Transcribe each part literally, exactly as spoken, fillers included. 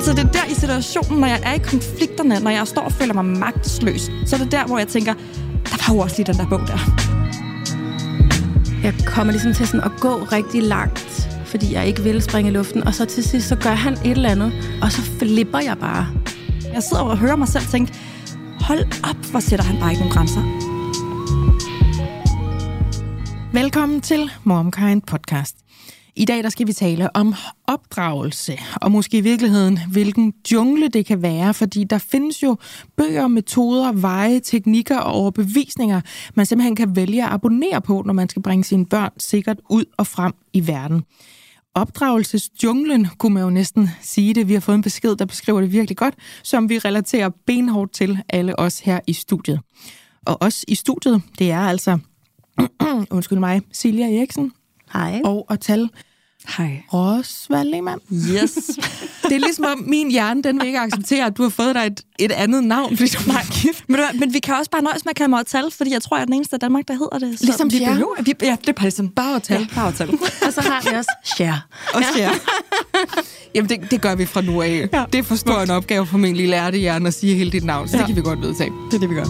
Så det er der i situationen, når jeg er i konflikterne, når jeg står og føler mig magtesløs, så er det der, hvor jeg tænker, der var jo også lige den der bog der. Jeg kommer ligesom til sådan at gå rigtig langt, fordi jeg ikke vil springe i luften, og så til sidst, så gør han et eller andet, og så flipper jeg bare. Jeg sidder og hører mig selv tænke, hold op, hvor sætter han bare ikke nogen grænser. Velkommen til MomKind podcast. I dag der skal vi tale om opdragelse, og måske i virkeligheden, hvilken jungle det kan være, fordi der findes jo bøger, metoder, veje, teknikker og overbevisninger, man simpelthen kan vælge at abonnere på, når man skal bringe sine børn sikkert ud og frem i verden. Opdragelsesjunglen, kunne man jo næsten sige det. Vi har fået en besked, der beskriver det virkelig godt, som vi relaterer benhårdt til alle os her i studiet. Og os i studiet, det er altså, undskyld mig, Silja Eriksen. Hej. Og Atal Hej. Rosvald Lehmann. Yes. Det er ligesom om min hjerne, den vil ikke acceptere, at du har fået dig et, et andet navn. Fordi du Nej, men, men vi kan også bare nøjes med at kalde mig Atal, fordi jeg tror, jeg er den eneste af Danmark, der hedder det. Så ligesom vi Cher. behøver, vi, ja, det er bare ligesom bare Atal. Ja, bare Atal. Og så har vi også Cher. Og Cher. Jamen, det, det gør vi fra nu af. Ja. Det er for stor en opgave for min lille ærtehjerne at sige hele dit navn, så ja. Det kan vi godt vedtage. Det er det, vi gør.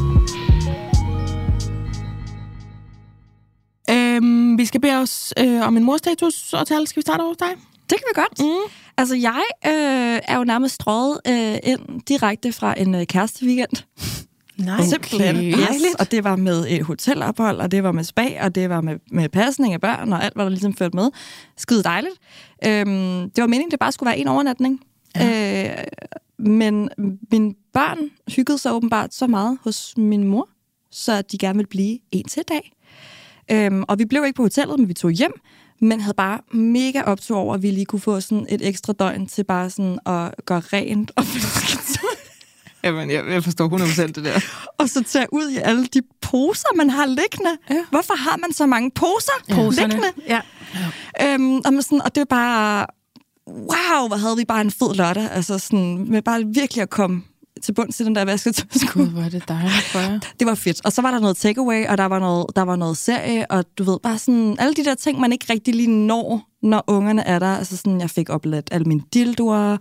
Øhm, vi skal bede os øh, om en morstatus, og Tal, skal vi starte over dig? Det kan vi godt. Mm. Altså, jeg øh, er jo nærmest strøget øh, ind direkte fra en øh, kæresteweekend. Nej, Simpelthen. okay. Yes. Og det var med et hotelophold, og det var med spa, og det var med, med pasning af børn, og alt, hvad der ligesom førte med. Skide dejligt. Øhm, det var meningen, det bare skulle være en overnatning. Ja. Øh, men mine børn hyggede sig åbenbart så meget hos min mor, så de gerne ville blive en til dag. Øhm, og vi blev ikke på hotellet, men vi tog hjem, men havde bare mega optur over, at vi lige kunne få sådan et ekstra døgn til bare sådan at gøre rent og Jamen, jeg, jeg forstår hundrede procent det der. og så tage ud i alle de poser, man har liggende. Ja. Hvorfor har man så mange poser Ja. liggende? Ja. Øhm, og, man sådan, og det var bare, wow, hvor havde vi bare en fed lørdag. Altså sådan, med bare virkelig at komme til bunds til den der vasketøjskud. Gud, hvor er det dejligt for jer. Det var fedt. Og så var der noget takeaway, og der var noget, der var noget serie, og du ved, bare sådan, alle de der ting, man ikke rigtig lige når, når ungerne er der. Altså sådan, jeg fik opladt alle mine dildoer.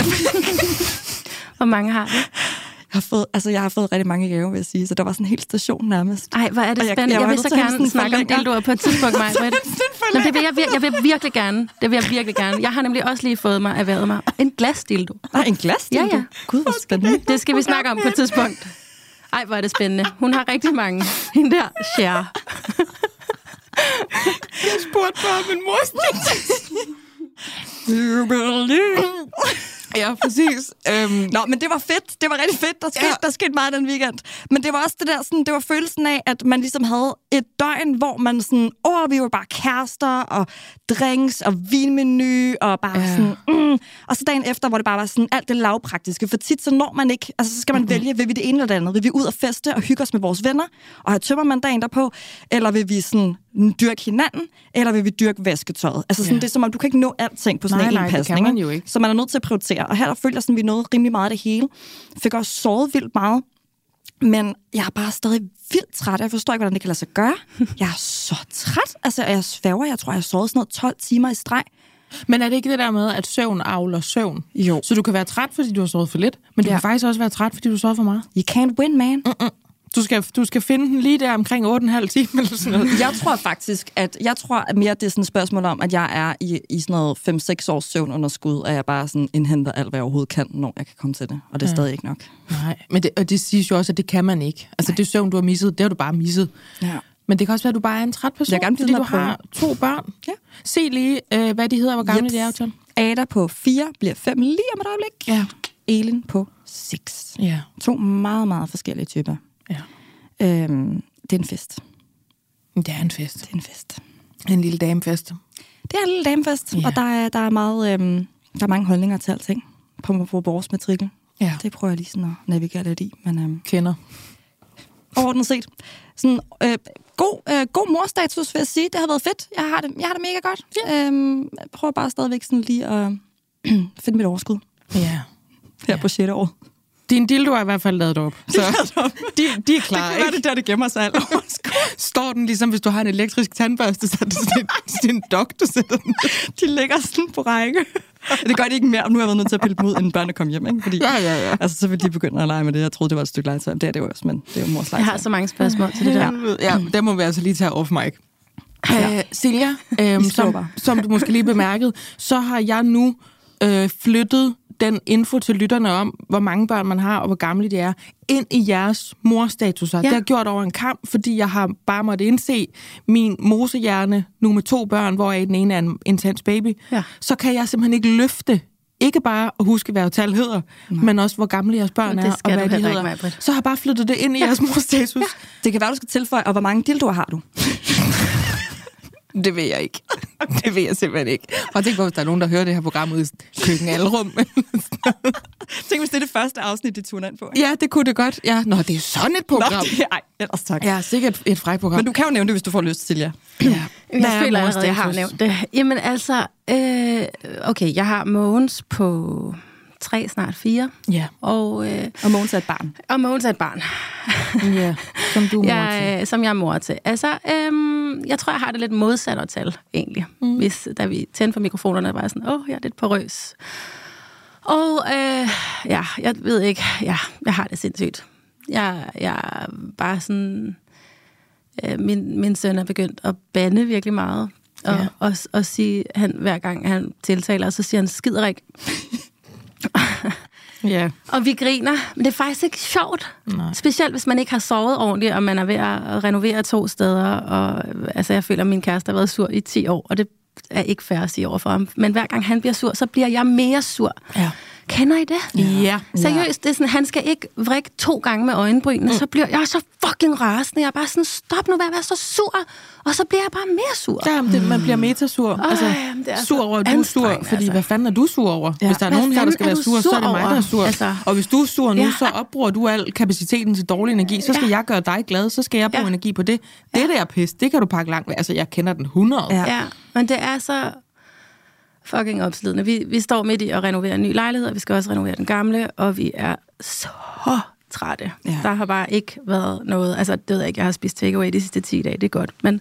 Hvor mange har du? Jeg har fået, altså, jeg har fået rigtig mange gaver, vil jeg sige, så der var sådan en hel station nærmest. Ej, hvor er det Og jeg- spændende. jeg Jeg, var vil nødt så til at hente gerne sådan snakke om forlænger. dildoer på et tidspunkt, Maja. Nå, det vil jeg, vir- jeg vil virkelig gerne. Det vil jeg virkelig gerne. Jeg har nemlig også lige fået mig, erhvervet mig en glasdildo. Nej, en glas? Ja, ja. Gud, hvor spændende. Det skal vi snakke om på et tidspunkt. Ej, hvor er det spændende. Hun har rigtig mange. Hende der, Cher. Jeg spurgte bare min mor. Ja, præcis. Øhm, Nå, men det var fedt. Det var rigtig fedt. Der skete, ja. der skete meget den weekend. Men det var også det der, sådan, det var følelsen af, at man ligesom havde et døgn, hvor man sådan, åh, vi var bare kærester, og drinks, og vinmenu, og bare Ja. sådan, mm. Og så dagen efter, hvor det bare var sådan, alt det lavpraktiske. For tit, så når man ikke, altså så skal man mm-hmm. vælge, vil vi det ene eller det andet? Vil vi ud og feste og hygge os med vores venner, og have tømmermand derpå? Eller vil vi sådan dyrke hinanden, eller vil vi dyrke vasketøjet? Altså sådan, Ja. det er som om, du kan ikke nå alting på sådan Nej, en nej, det pasning. kan man jo ikke. Så man er nødt til at prioritere. Og her der følte jeg sådan, vi nåede rimelig meget af det hele. Fik også sovet vildt meget. Men jeg er bare stadig vildt træt. Jeg forstår ikke, hvordan det kan lade sig gøre. Jeg er så træt. Altså, jeg sværger. Jeg tror, jeg har sovet sådan noget tolv timer i streg. men er det ikke det der med, at søvn avler søvn? Jo. Så du kan være træt, fordi du har sovet for lidt, men du Ja. kan faktisk også være træt, fordi du har sovet for meget. You can't win, man. Mm-mm. Du skal, du skal finde den lige der omkring otte og en halv time eller sådan noget. Jeg tror faktisk, at jeg tror at mere, det er sådan et spørgsmål om, at jeg er i, i sådan noget fem seks års søvnunderskud, og jeg bare sådan indhenter alt, hvad jeg overhovedet kan, når jeg kan komme til det. Og det er Ja. stadig ikke nok. Nej, men det, og det siges jo også, at det kan man ikke. Altså det søvn, du har misset, det har du bare misset. Ja. Men det kan også være, at du bare er en træt person, Jeg vil gerne fordi vide, du at prøve. har to børn. Ja. Se lige, øh, hvad de hedder, hvor gamle Jeps. de er, Atal. Ada på fire bliver fem lige om et øjeblik. Ja. Elin på seks. Ja. To meget, meget forskellige typer. Ja. Øhm, det er en fest. Det er en fest. Det er en fest. En lille damefest. Det er en lille damefest, Ja. og der er, der, er meget, øhm, der er mange holdninger til alting på, på vores matrikel. Ja. Det prøver jeg lige sådan at navigere lidt i. Men øhm, Kender. overordnet set, sådan, øh, god, øh, god morstatus, vil jeg sige. Det har været fedt. Jeg har det, jeg har det mega godt. Ja. Øhm, jeg prøver bare stadigvæk sådan lige at finde mit overskud Ja. her Ja. på sjette år. Din dildo er i hvert fald lavet op. Så de, de er klar, Det kan ikke? være, det der, det gemmer sig alt. Står den ligesom, hvis du har en elektrisk tandbørste, så er det sådan en, sådan en dok, du sætter den. De ligger sådan på række. Det gør de ikke mere, og nu har jeg været nødt til at pille dem ud, inden børnene kom hjem, ikke? Fordi, ja, ja, ja. Altså, så vil de begynde at lege med det. Jeg troede, det var et stykke legetøj. Det er det jo også, men det er jo mors legetøj. Jeg har så mange spørgsmål til det der. Ja, det må vi altså lige tage off mic. Ja. Øh, Silja, øh, som, som du måske lige bemærkede, så har jeg nu øh, flyttet den info til lytterne om, hvor mange børn man har, og hvor gamle de er, ind i jeres morstatuser. Ja. Det har jeg gjort over en kamp, fordi jeg har bare måttet indse min mosehjerne nu med to børn, hvoraf den ene er en intens baby. Ja. Så kan jeg simpelthen ikke løfte, ikke bare at huske, hvad tal hedder, Nej. men også, hvor gamle jeres børn er, og hvad de hedder. Ikke, så har jeg bare flyttet det ind i jeres morstatus. Det kan være, du skal tilføje, og hvor mange dildoer har du? Det ved jeg ikke. Det ved jeg simpelthen ikke. Og tænk på, hvis der er nogen, der hører det her program ude i køkkenalrum. Tænk, hvis det er det første afsnit, de tuner ind på. Ikke? Ja, det kunne det godt. Ja. Nå, det er sådan et program. Nå, ej, ellers tak. Ja, sikkert et, et frækt program. Men du kan jo nævne det, hvis du får lyst til, ja. ja. Jeg føler allerede, jeg har nævnt det. Jamen altså, øh, okay, jeg har Mogens på tre, snart fire. Ja. Og, øh, og Mogens er et barn. Og Mogens er et barn. Ja, som du er mor jeg, til. Som jeg er mor til. Altså, øhm, jeg tror, jeg har det lidt modsat at tale, egentlig. Mm. Hvis, da vi tændte for mikrofonerne, var jeg sådan, åh, oh, jeg er lidt porøs. Og øh, ja, jeg ved ikke, ja, jeg har det sindssygt. Jeg, jeg er bare sådan, øh, min, min søn er begyndt at bande virkelig meget. Og, ja. og, og sige, han, hver gang han tiltaler, så siger han skiderik. Ja. Og vi griner, men det er faktisk ikke sjovt. Nej. Specielt hvis man ikke har sovet ordentligt, og man er ved at renovere to steder. Og, altså, jeg føler, at min kæreste har været sur i ti år, og det er ikke fair at sige over for ham. Men hver gang han bliver sur, så bliver jeg mere sur. Ja. Kender I det? Ja. Seriøst, det er sådan, han skal ikke vrikke to gange med øjenbrynene, mm. så bliver jeg så fucking rasende. Jeg er bare sådan, stop nu, hvad er så sur? Og så bliver jeg bare mere sur. Ja, det, man bliver metasur. Mm. Altså, sur over, at du er sur, fordi altså. Hvad fanden er du sur over? Ja. Hvis der er hvad nogen her, der skal være sur, sur så er det mig, der er sur. Altså. Og hvis du er sur nu, ja. så opbruger du al kapaciteten til dårlig energi. Så skal ja. jeg gøre dig glad, så skal jeg bruge ja. energi på det. Det ja. der er pis, det kan du pakke langt med. Altså, jeg kender den hundrede. Ja, ja. Men det er så fucking opslidende. Vi, vi står midt i at renovere en ny lejlighed, og vi skal også renovere den gamle, og vi er så trætte. Ja. Der har bare ikke været noget, altså det ved jeg ikke, jeg har spist takeaway de sidste ti dage, det er godt, men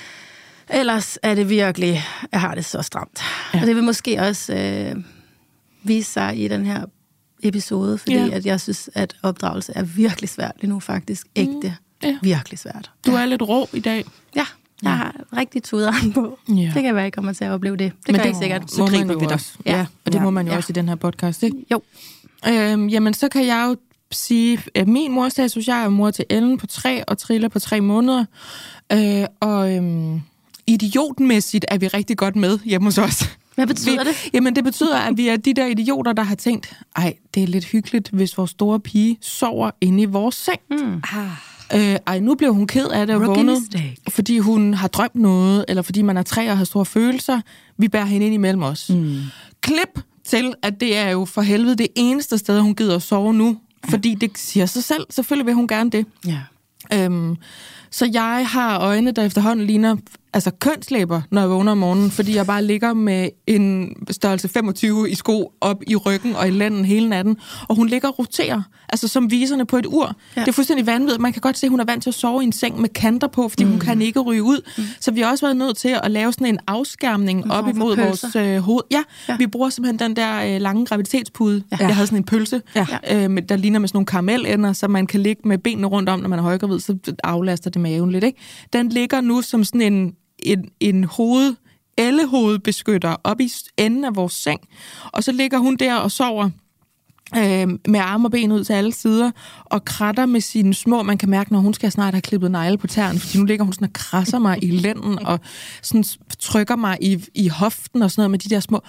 ellers er det virkelig, jeg har det så stramt. Ja. Og det vil måske også øh, vise sig i den her episode, fordi ja. at jeg synes, at opdragelse er virkelig svært lige nu faktisk. Ægte. Mm. Ja. Virkelig svært. Du er lidt rå i dag. Ja. Jeg har rigtig tuderen på. Ja. Det kan være, at jeg kommer til at opleve det. Det kan jeg sikkert. Så griber vi det. Ja. ja, og det ja. må man jo ja. også i den her podcast, ikke? Jo. Øhm, jamen, så kan jeg jo sige, at min morstatus, jeg er mor til Ellen på tre, og Trilla på tre måneder. Øh, og øhm, idiotmæssigt er vi rigtig godt med hjemme hos os. Hvad betyder vi, det? Jamen, det betyder, at vi er de der idioter, der har tænkt, ej, det er lidt hyggeligt, hvis vores store pige sover inde i vores seng. Mm. Ah. Øh, ej, nu blev hun ked af det og vågnet, fordi hun har drømt noget, eller fordi man er tre og har store følelser. Vi bærer hende ind imellem os. Mm. Klip til, at det er jo for helvede det eneste sted, hun gider at sove nu, ja. fordi det siger sig selv. Selvfølgelig vil hun gerne det. Ja. Øhm, så jeg har øjne, der efterhånden ligner altså kønslæber, når jeg vågner om morgenen, fordi jeg bare ligger med en størrelse femogtyve i sko op i ryggen og i lænden hele natten, og hun ligger og roterer, altså som viserne på et ur. Ja. Det er fuldstændig vanvittigt. Man kan godt se, at hun er vant til at sove i en seng med kanter på, fordi mm. hun kan ikke ryge ud. Mm. Så vi har også været nødt til at lave sådan en afskærmning op imod vores øh, hoved. Ja, ja, vi bruger simpelthen den der øh, lange graviditetspude. Ja. Jeg havde sådan en pølse, ja. øh, der ligner med sådan nogle karamelender, så man kan ligge med benene rundt om, når man er højgravid, så aflaster det maven lidt, ikke? Den ligger nu som sådan en en, en hoved, ellehovedbeskytter op i enden af vores seng. Og så ligger hun der og sover øh, med arme og ben ud til alle sider, og kratter med sine små, man kan mærke, når hun skal snart have klippet negle på tæren, fordi nu ligger hun sådan og krasser mig i lænden, og sådan trykker mig i, i hoften og sådan noget med de der små.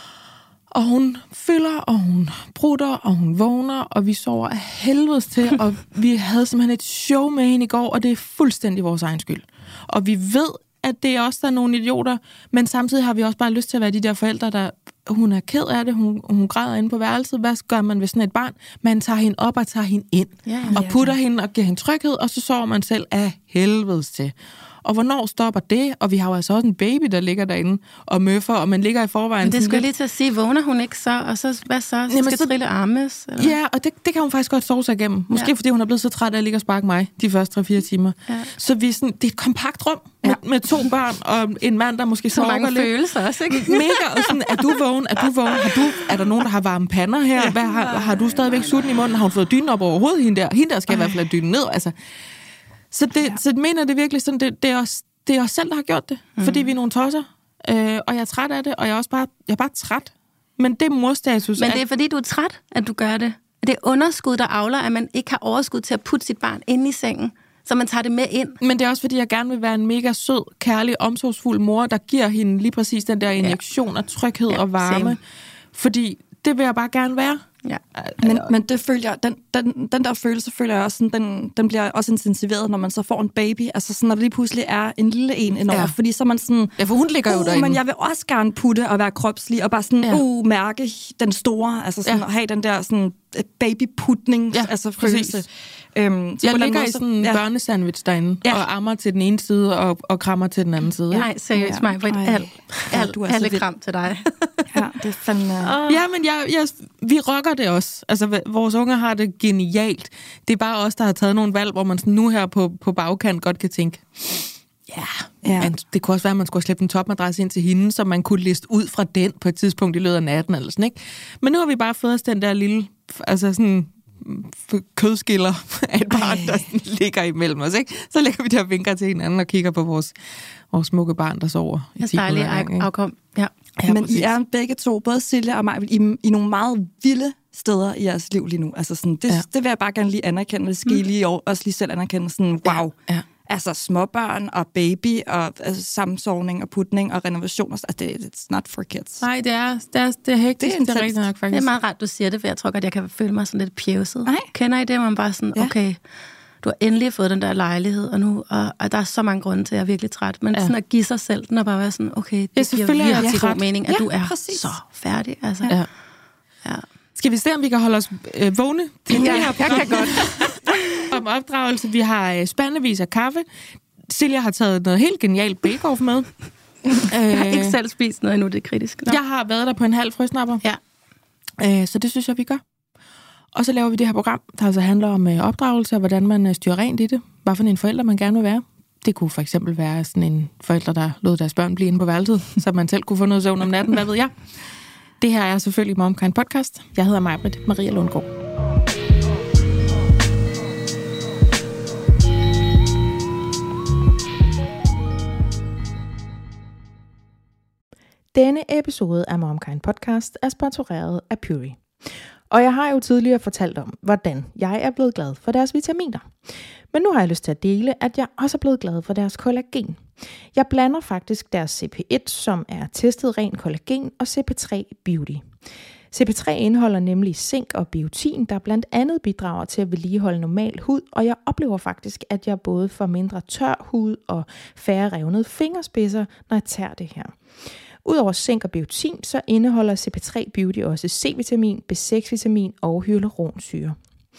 Og hun fylder, og hun prutter, og hun vågner, og vi sover af helvedes til, og vi havde simpelthen et show med hende i går, og det er fuldstændig vores egen skyld. Og vi ved, at det er også der er nogle idioter, men samtidig har vi også bare lyst til at være de der forældre, der hun er ked af det, hun, hun græder inde på værelset. Hvad gør man ved sådan et barn? Man tager hende op og tager hende ind, ja, ja, og putter ja. hende og giver hende tryghed, og så sover man selv af helvedes til. Og hvornår stopper det? Og vi har jo altså også en baby, der ligger derinde og møffer, og man ligger i forvejen. Men det skulle jeg lige til at sige, vågner hun ikke så, og så hvad så? Så Jamen, skal så, trille armes? Eller? Ja, og det, det kan hun faktisk godt sove sig igennem. Måske ja. fordi hun er blevet så træt af at ligge og sparke mig de første tre fire timer. Ja. Så vi sådan, det er et kompakt rum med ja. med to børn og en mand, der måske så mange lidt. følelser også, ikke? Mega, og sådan, er du vågen? Er du vågen? Har du, er der nogen, der har varme pander her? Hvad, har, har du stadigvæk sutten i munden? Har hun fået dynen op over hovedet? Hende der, hende der skal i hvert fald have dynen ned. Altså, så det, ja. så det mener det virkelig sådan, det, det, er os, det er os selv, der har gjort det. Mm. Fordi vi er nogle tosser. Øh, og jeg er træt af det, og jeg er også bare, jeg er bare træt. Men det er morstatus. Men det er fordi, du er træt, at du gør det. Det er underskud, der avler, at man ikke har overskud til at putte sit barn inde i sengen, så man tager det med ind. Men det er også fordi, jeg gerne vil være en mega sød, kærlig, omsorgsfuld mor, der giver hende lige præcis den der injektion af tryghed ja, og varme. Same. Fordi det vil jeg bare gerne være. Ja. Men, men det føler jeg, den, den, den der følelse føler jeg også, sådan, den, den bliver også intensiveret, når man så får en baby. Altså sådan, når det lige pludselig er en lille en indover. Ja. Fordi så er man sådan... Ja, for hun ligger jo uh, derinde. Men jeg vil også gerne putte og være kropslig, og bare sådan, ja. uh, mærke den store, altså sådan, ja. at have den der sådan babyputning, ja, altså følelse. Øhm, jeg ligger måde, i sådan en ja. børnesandwich derinde, ja. og ammer til den ene side, og, og krammer til den anden side. Nej, seriøst ja. mig, for et alt, alt, alt, alle kram til dig. Ja, det er fandme... Oh. Ja, men jeg, jeg, vi rocker det også. Altså, vores unger har det genialt. Det er bare os, der har taget nogle valg, hvor man sådan nu her på, på bagkant godt kan tænke, ja, ja. Men det kunne også være, at man skulle slæbe en topmadras ind til hende, så man kunne liste ud fra den på et tidspunkt i løbet af natten, eller sådan, ikke? Men nu har vi bare fået os den der lille, altså sådan kødskiller af et barn, der ligger imellem os, ikke? Så lægger vi der og vinker til hinanden og kigger på vores, vores smukke barn, der sover i timen. Det er dejligt afkom, ja. Ja, men præcis. I er begge to, både Silja og mig, i, i nogle meget vilde steder i jeres liv lige nu. Altså sådan, det, ja. det vil jeg bare gerne lige anerkende, det skal I lige også lige selv anerkende. Sådan, wow. Ja. Ja. Altså småbørn og baby og altså, sammensovning og putning og renovationer. Altså, det it's not for kids. Nej, det er, det er, det er hektisk. Det er, det er rigtig nok, faktisk. Det er meget rart, du siger det, for jeg tror godt, jeg kan føle mig sådan lidt pjevset. Nej. Kender I det, man bare sådan, ja. okay, du har endelig fået den der lejlighed, og nu og, og der er så mange grunde til, at jeg er virkelig træt. Men ja. sådan at give sig selv, den og bare være sådan, okay, det giver virkelig ja. god mening, at ja, du er præcis. så færdig. Altså. Ja. Ja. Skal vi se, om vi kan holde os øh, vågne? Ja, det her jeg kan godt. Om opdragelse. Vi har øh, spandevis af kaffe. Silja har taget noget helt genialt bake-off med. Jeg har ikke selv spist noget endnu, det er kritisk. Nå. Jeg har været der på en halv frøsnapper. Ja. Øh, så det synes jeg, vi gør. Og så laver vi det her program, der altså handler om øh, opdragelse og hvordan man øh, styrer rent i det. Hvad for en forælder man gerne vil være. Det kunne for eksempel være sådan en forælder, der lod deres børn blive inde på værelset, så man selv kunne få noget søvn om natten. Hvad ved jeg? Det her er selvfølgelig MomKind Podcast. Jeg hedder Maj-Britt Maria Lundgaard. Denne episode af MomKind Podcast er sponsoreret af Pury. Og jeg har jo tidligere fortalt om, hvordan jeg er blevet glad for deres vitaminer. Men nu har jeg lyst til at dele, at jeg også er blevet glad for deres kollagen. Jeg blander faktisk deres C P et, som er testet ren kollagen, og C P tre Beauty. C P tre indeholder nemlig zink og biotin, der blandt andet bidrager til at vedligeholde normal hud, og jeg oplever faktisk, at jeg både får mindre tør hud og færre revnede fingerspidser, når jeg tager det her. Udover zink og biotin, så indeholder C P tre Beauty også C-vitamin, B seks vitamin og hyaluronsyre.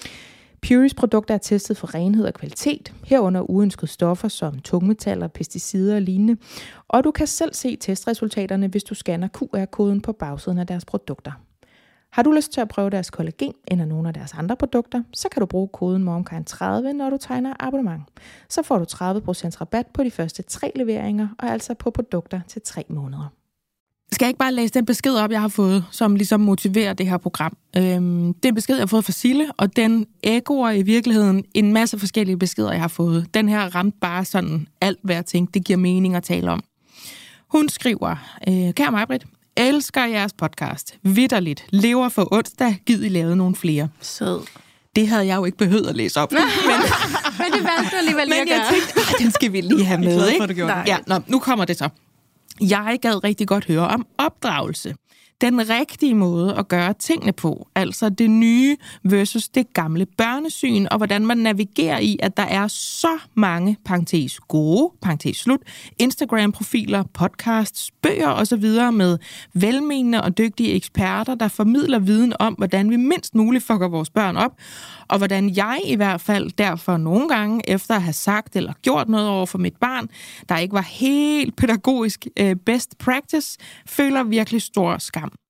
Purys produkter er testet for renhed og kvalitet, herunder uønskede stoffer som tungmetaller, pesticider og lignende, og du kan selv se testresultaterne, hvis du scanner Q R-koden på bagsiden af deres produkter. Har du lyst til at prøve deres kollagen eller nogle af deres andre produkter, så kan du bruge koden MomKind tredive, når du tegner abonnement. Så får du tredive procent rabat på de første tre leveringer, og altså på produkter til tre måneder. Skal jeg ikke bare læse den besked op, jeg har fået, som ligesom motiverer det her program? Øhm, det er en besked, jeg har fået fra Sille, og den ekkoer i virkeligheden en masse forskellige beskeder, jeg har fået. Den her ramte bare sådan alt, hvad jeg tænkte, det giver mening at tale om. Hun skriver, øh, kære Maj-Britt, elsker jeres podcast. Vitterligt. Lever for onsdag. Gid I lave nogle flere. Sød. Det havde jeg jo ikke behøvet at læse op. men, men det valgte alligevel lige at gøre. Men jeg tænkte, den skal vi lige have med, ikke? Ja, nå, nu kommer det så. Jeg gad rigtig godt høre om opdragelse. Den rigtige måde at gøre tingene på, altså det nye versus det gamle børnesyn, og hvordan man navigerer i, at der er så mange, parentes gode, parentes slut, Instagram-profiler, podcasts, bøger osv. med velmenende og dygtige eksperter, der formidler viden om, hvordan vi mindst muligt fucker vores børn op, og hvordan jeg i hvert fald derfor nogle gange, efter at have sagt eller gjort noget over for mit barn, der ikke var helt pædagogisk best practice, føler virkelig stor skam.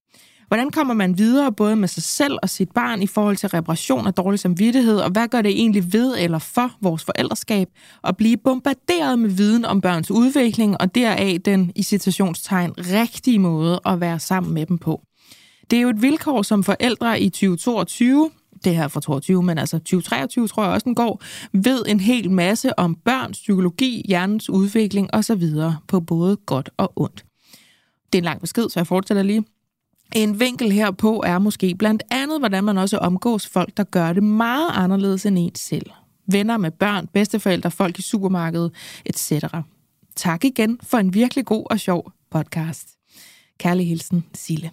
Hvordan kommer man videre både med sig selv og sit barn i forhold til reparation af dårlig samvittighed, og hvad gør det egentlig ved eller for vores forældreskab at blive bombarderet med viden om børns udvikling, og deraf den i citationstegn rigtige måde at være sammen med dem på? Det er jo et vilkår som forældre i tyve toogtyve, det her fra toogtyve, men altså tyve treogtyve tror jeg også den går, ved en hel masse om børns psykologi, hjernens udvikling osv. på både godt og ondt. Det er en lang besked, så jeg fortsætter lige. En vinkel herpå er måske blandt andet, hvordan man også omgås folk, der gør det meget anderledes end en selv. Venner med børn, bedsteforældre, folk i supermarkedet, et cetera. Tak igen for en virkelig god og sjov podcast. Kærlig hilsen, Sille.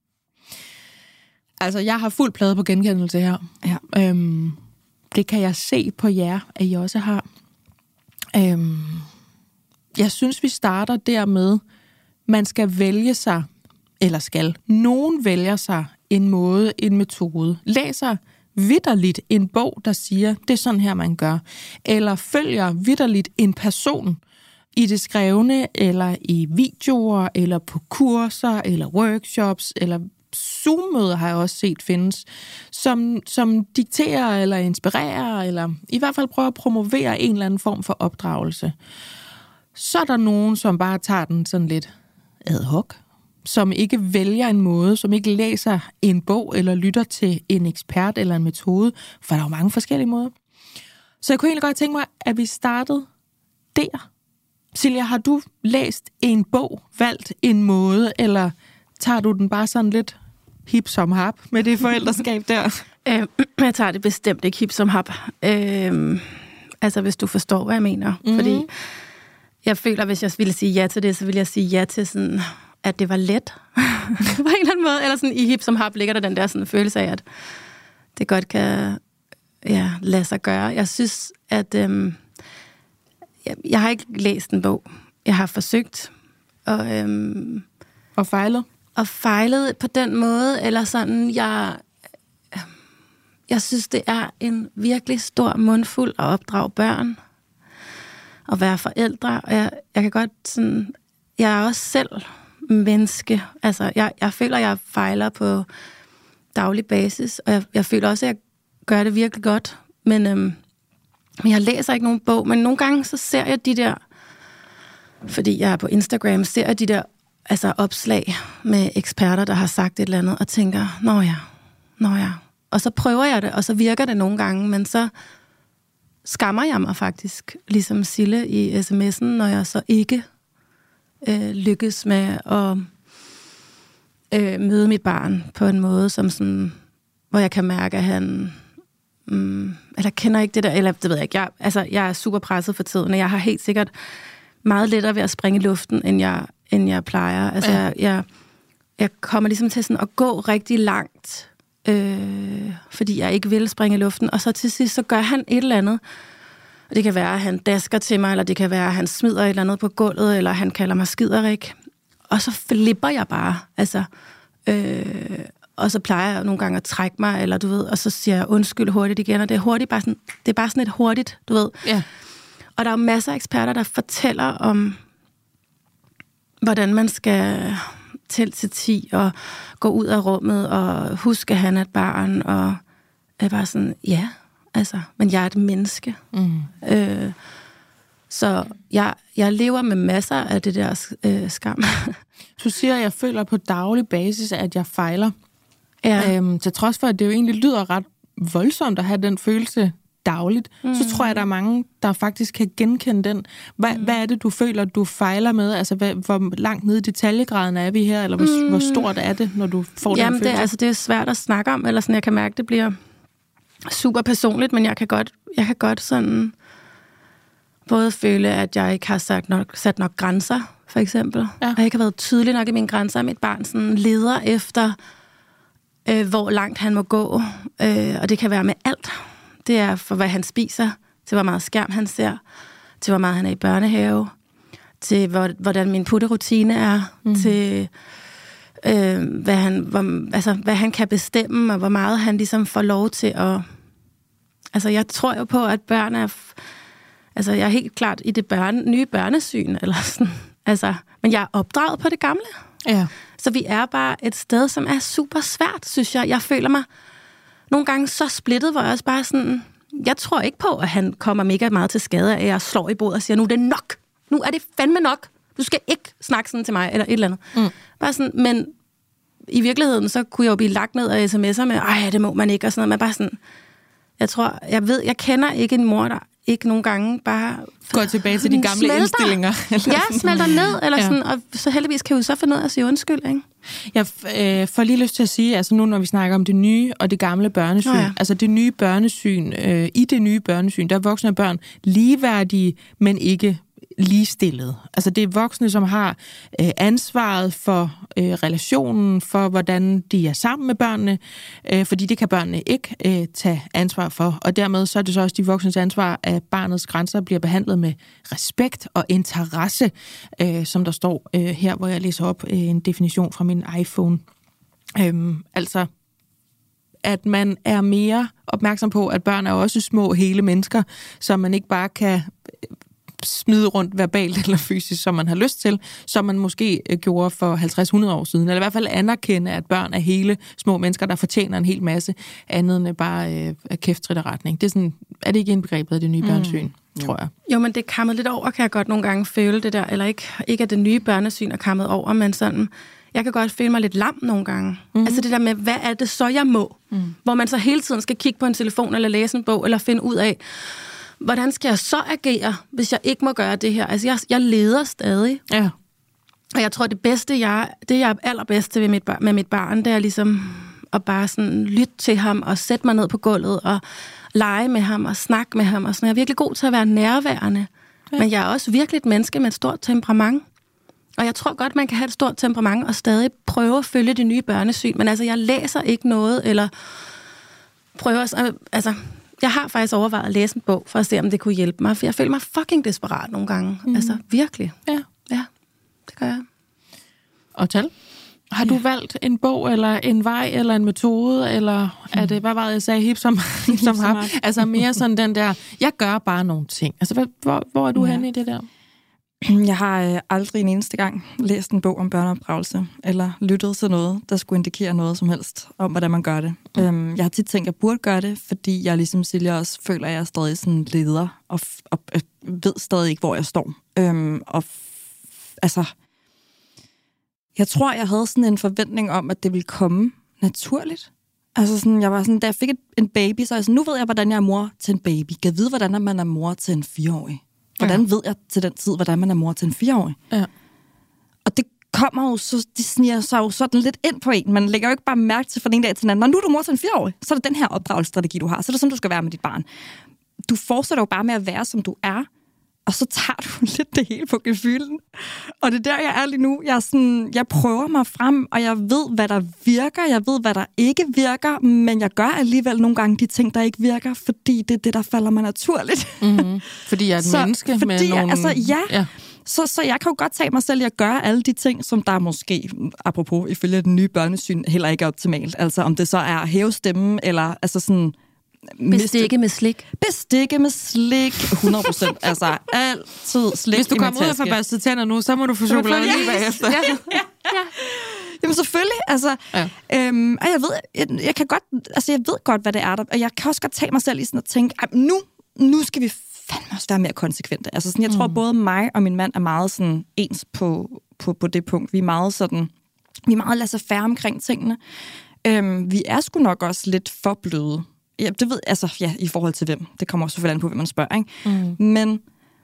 Altså, jeg har fuld plade på genkendelse her. Ja. Øhm, det kan jeg se på jer, at I også har. Øhm, jeg synes, vi starter dermed, man skal vælge sig, eller skal nogen vælger sig en måde, en metode. Læser vitterligt en bog, der siger, det er sådan her, man gør. Eller følger vitterligt en person i det skrevne, eller i videoer, eller på kurser, eller workshops, eller Zoom-møder har jeg også set findes, som, som dikterer eller inspirerer, eller i hvert fald prøver at promovere en eller anden form for opdragelse. Så er der nogen, som bare tager den sådan lidt ad hoc, som ikke vælger en måde, som ikke læser en bog eller lytter til en ekspert eller en metode, for der er jo mange forskellige måder. Så jeg kunne egentlig godt tænke mig, at vi startede der. Silja, har du læst en bog, valgt en måde, eller tager du den bare sådan lidt hip som hap med det forældreskab der? Øh, jeg tager det bestemt ikke hip som hap. Øh, altså, hvis du forstår, hvad jeg mener. Mm-hmm. Fordi jeg føler, hvis jeg ville sige ja til det, så ville jeg sige ja til sådan, at det var let. På en eller anden måde. Eller sådan i hip som hap ligger der den der sådan følelse af, at det godt kan ja, lade sig gøre. Jeg synes, at øh, jeg, jeg har ikke læst en bog. Jeg har forsøgt. Og, øh, og fejlet? Og fejlet på den måde, eller sådan, jeg, jeg synes, det er en virkelig stor mundfuld at opdrage børn, og være forældre, og jeg, jeg kan godt sådan, jeg er også selv menneske, altså, jeg, jeg føler, jeg fejler på daglig basis, og jeg, jeg føler også, at jeg gør det virkelig godt, men, øhm, men jeg læser ikke nogen bog, men nogle gange, så ser jeg de der, fordi jeg er på Instagram, ser jeg de der altså opslag med eksperter, der har sagt et eller andet, og tænker, nå ja, nå ja. Og så prøver jeg det, og så virker det nogle gange, men så skammer jeg mig faktisk, ligesom Sille i sms'en, når jeg så ikke øh, lykkes med at øh, møde mit barn på en måde, som sådan, hvor jeg kan mærke, at han mm, eller kender ikke det der, eller det ved jeg ikke. Jeg, altså, jeg er super presset for tiden, og jeg har helt sikkert meget lettere ved at springe i luften, end jeg end jeg plejer. Altså, ja. jeg, jeg, jeg kommer ligesom til sådan at gå rigtig langt, øh, fordi jeg ikke vil springe i luften, og så til sidst, så gør han et eller andet. Og det kan være, at han dasker til mig, eller det kan være, at han smider et eller andet på gulvet, eller han kalder mig skiderik. Og så flipper jeg bare, altså. Øh, og så plejer jeg nogle gange at trække mig, eller du ved, og så siger jeg undskyld hurtigt igen, og det er hurtigt bare sådan, det er bare sådan et hurtigt, du ved. Ja. Og der er jo masser af eksperter, der fortæller om hvordan man skal tælle til ti og gå ud af rummet og huske, at han er et barn, og er bare sådan, ja, altså, men jeg er et menneske. Mm. Øh, så jeg, jeg lever med masser af det der øh, skam. Du siger, at jeg føler på daglig basis, at jeg fejler. Ja. Øhm, til trods for, at det jo egentlig lyder ret voldsomt at have den følelse dagligt, mm. så tror jeg, der er mange, der faktisk kan genkende den. Hvad, mm. hvad er det, du føler, du fejler med? Altså, hvad, hvor langt nede i detaljegraden er vi her? Eller hvor, mm. hvor stort er det, når du får Jamen, den følelse? Det, altså, det er svært at snakke om, eller sådan, jeg kan mærke, det bliver super personligt, men jeg kan godt, jeg kan godt sådan både føle, at jeg ikke har sat nok, sat nok grænser, for eksempel. Ja. Og jeg ikke har været tydelig nok i mine grænser, mit barn sådan leder efter, øh, hvor langt han må gå. Øh, og det kan være med alt. Det er for, hvad han spiser, til hvor meget skærm han ser, til hvor meget han er i børnehave, til hvor, hvordan min putterutine er, mm. til øh, hvad, han, hvor, altså, hvad han kan bestemme, og hvor meget han ligesom får lov til at... Altså, jeg tror jo på, at børn er... Altså, jeg er helt klart i det børne, nye børnesyn, eller sådan. Altså, men jeg er opdraget på det gamle. Ja. Så vi er bare et sted, som er super svært, synes jeg. Jeg føler mig nogle gange så splittet, hvor jeg også bare sådan... Jeg tror ikke på, at han kommer mega meget til skade af, at jeg slår i bordet og siger, nu er det nok. Nu er det fandme nok. Du skal ikke snakke sådan til mig, eller et eller andet. Mm. Bare sådan, men i virkeligheden, så kunne jeg jo blive lagt ned af sms'er med, ej, det må man ikke, og sådan noget. Men bare sådan, jeg tror, jeg ved, jeg kender ikke en mor, der ikke nogle gange bare... Går tilbage til de gamle smelter. indstillinger. Eller ja, sådan. smelter ned, eller ja. sådan, og så heldigvis kan vi så finde ud af at sige undskyld, ikke? Jeg øh, får lige lyst til at sige, altså nu når vi snakker om det nye og det gamle børnesyn, oh ja. altså det nye børnesyn, øh, i det nye børnesyn, der er voksne og børn ligeværdige, men ikke ligestillet. Altså det er voksne, som har øh, ansvaret for øh, relationen, for hvordan de er sammen med børnene, øh, fordi det kan børnene ikke øh, tage ansvar for. Og dermed så er det så også de voksnes ansvar, at barnets grænser bliver behandlet med respekt og interesse, øh, som der står øh, her, hvor jeg læser op øh, en definition fra min iPhone. Øhm, altså at man er mere opmærksom på, at børn er også små hele mennesker, så man ikke bare kan smide rundt verbalt eller fysisk, som man har lyst til, som man måske gjorde for halvtreds hundrede år siden. Eller i hvert fald anerkende, at børn er hele små mennesker, der fortjener en hel masse andet end bare øh, kæftritterretning. Det er sådan, er det ikke indbegrebet af det nye børnesyn, mm. tror jeg. Jo, men det er kammet lidt over, kan jeg godt nogle gange føle det der, eller ikke, ikke at det nye børnesyn er kammet over, men sådan, jeg kan godt føle mig lidt lam nogle gange. Mm-hmm. Altså det der med, hvad er det så, jeg må? Mm. Hvor man så hele tiden skal kigge på en telefon, eller læse en bog, eller finde ud af, hvordan skal jeg så agere, hvis jeg ikke må gøre det her? Altså, jeg, jeg leder stadig. Ja. Og jeg tror, det bedste, jeg, det jeg er allerbedste ved mit, med mit barn, det er ligesom at bare sådan lytte til ham, og sætte mig ned på gulvet, og lege med ham, og snakke med ham. Og sådan. Jeg er virkelig god til at være nærværende. Ja. Men jeg er også virkelig et menneske med et stort temperament. Og jeg tror godt, man kan have et stort temperament, og stadig prøve at følge det nye børnesyn. Men altså, jeg læser ikke noget, eller prøver at... Altså, jeg har faktisk overvejet at læse en bog, for at se, om det kunne hjælpe mig, for jeg føler mig fucking desperat nogle gange. Mm. Altså, virkelig. Ja. Ja, det gør jeg. Og Tal, har du ja. valgt en bog, eller en vej, eller en metode, eller mm. er det, hvad var det, jeg sagde, hip som, hip som hap? Altså mere sådan den der, jeg gør bare nogle ting. Altså, hvad, hvor, hvor er du ja. henne i det der? Jeg har øh, aldrig en eneste gang læst en bog om børneopdragelse, eller lyttet til noget, der skulle indikere noget som helst om, hvordan man gør det. Mm. Øhm, jeg har tit tænkt, at jeg burde gøre det, fordi jeg ligesom Silja også føler, at jeg er stadig sådan leder, og, f- og øh, ved stadig ikke, hvor jeg står. Øhm, og f- altså, jeg tror, jeg havde sådan en forventning om, at det ville komme naturligt. Altså sådan, jeg var sådan, da jeg fik et, en baby, så jeg sådan, nu ved jeg, hvordan jeg er mor til en baby. Kan jeg vide, hvordan man er mor til en fireårig? Hvordan ja. ved jeg til den tid, hvordan man er mor til en fireårig? Ja. Og det kommer jo, så de sniger sig jo sådan lidt ind på en. Man lægger jo ikke bare mærke til fra den ene dag til den anden. Når nu er du mor til en fireårig, så er det den her opdragelsesstrategi, du har. Så er det sådan, du skal være med dit barn. Du fortsætter jo bare med at være, som du er. Og så tager du lidt det hele på gefylden. Og det er der, jeg er lige nu. Jeg, er sådan, jeg prøver mig frem, og jeg ved, hvad der virker. Jeg ved, hvad der ikke virker. Men jeg gør alligevel nogle gange de ting, der ikke virker, fordi det er det, der falder mig naturligt. Mm-hmm. Fordi jeg er et så, menneske fordi med jeg, nogle... Altså, ja. ja. Så, så jeg kan jo godt tage mig selv i at gøre alle de ting, som der måske, apropos ifølge den nye børnesyn, heller ikke er optimalt. Altså om det så er at hæve stemmen, eller altså sådan... Bestikke med slik. Bestikke med slik. hundrede procent. Altså, altid slik. Hvis du kommer ud og får børstet tænder nu, så må du få chokolade lige bagefter. Ja, ja, ja. Jamen selvfølgelig, altså. Ja. Øhm, og jeg ved, jeg, jeg kan godt, altså jeg ved godt, hvad det er der, og jeg kan også godt tage mig selv i sådan at tænke, nu, nu skal vi fandme også være mere konsekvente. Altså sådan, jeg tror, mm. både mig og min mand er meget sådan ens på, på, på det punkt. Vi er meget sådan, vi er meget laissez-faire omkring tingene. Øhm, vi er sgu nok også lidt for bløde. Ja, det ved altså ja, i forhold til hvem. Det kommer også selvfølgelig an på, hvem man spørger, ikke? Mm. Men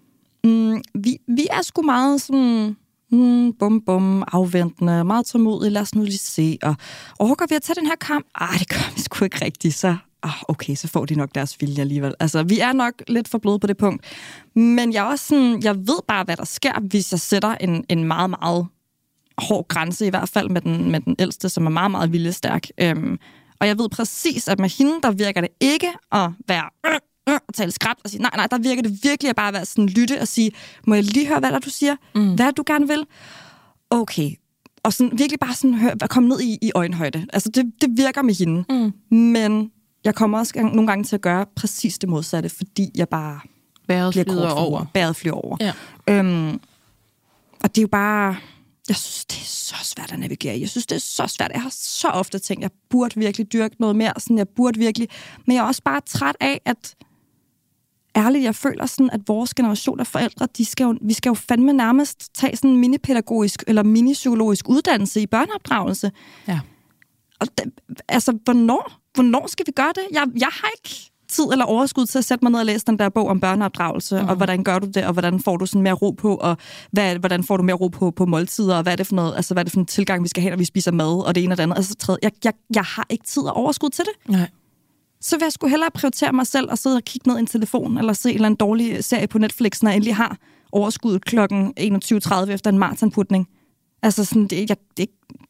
mm, vi, vi er sgu meget sådan mm, bum bum, afventende, meget tålmodige, lad os nu lige se. Og orker vi at tage den her kamp? Ah, det gør vi sgu ikke rigtigt, så ah, okay, så får de nok deres vilje alligevel. Altså, vi er nok lidt for bløde på det punkt. Men jeg er også sådan, jeg ved bare, hvad der sker, hvis jeg sætter en, en meget, meget hård grænse, i hvert fald med den, med den ældste, som er meget, meget viljestærk. Øhm, Og jeg ved præcis, at med hende, der virker det ikke at være øh, øh, og tale skræbt og sige, nej, nej, der virker det virkelig at bare være sådan lytte og sige, må jeg lige høre, hvad der du siger? Mm. Hvad du gerne vil? Okay. Og sådan, virkelig bare sådan høre, komme ned i, i øjenhøjde. Altså, det, det virker med hende. Mm. Men jeg kommer også gang, nogle gange til at gøre præcis det modsatte, fordi jeg bare bæret bliver flyder over. Bæret flyder over. Ja. Øhm, og det er jo bare... jeg synes, det er så svært at navigere i. Jeg synes, det er så svært. Jeg har så ofte tænkt, jeg burde virkelig dyrke noget mere. Sådan, jeg burde virkelig... Men jeg er også bare træt af, at... Ærligt, jeg føler sådan, at vores generation af forældre, de skal jo, vi skal jo fandme nærmest tage sådan en minipædagogisk eller minipsykologisk uddannelse i børneopdragelse. Ja. Og det, altså, hvornår? Hvornår skal vi gøre det? Jeg, jeg har ikke tid eller overskud til at sætte mig ned og læse den der bog om børneopdragelse, mm. og hvordan gør du det, og hvordan får du sådan mere ro på, og hvad, hvordan får du mere ro på, på måltider, og hvad er det for noget, altså hvad er det for en tilgang, vi skal have, når vi spiser mad, og det ene og det andet. Altså, tredje. Jeg, jeg, jeg har ikke tid og overskud til det. Nej. Så vil jeg sgu hellere prioritere mig selv og sidde og kigge ned i en telefon, eller se en eller anden dårlig serie på Netflix, når jeg endelig har overskuddet klokken enogtyve tredive efter en maratonputning. Altså sådan, det, jeg... Det,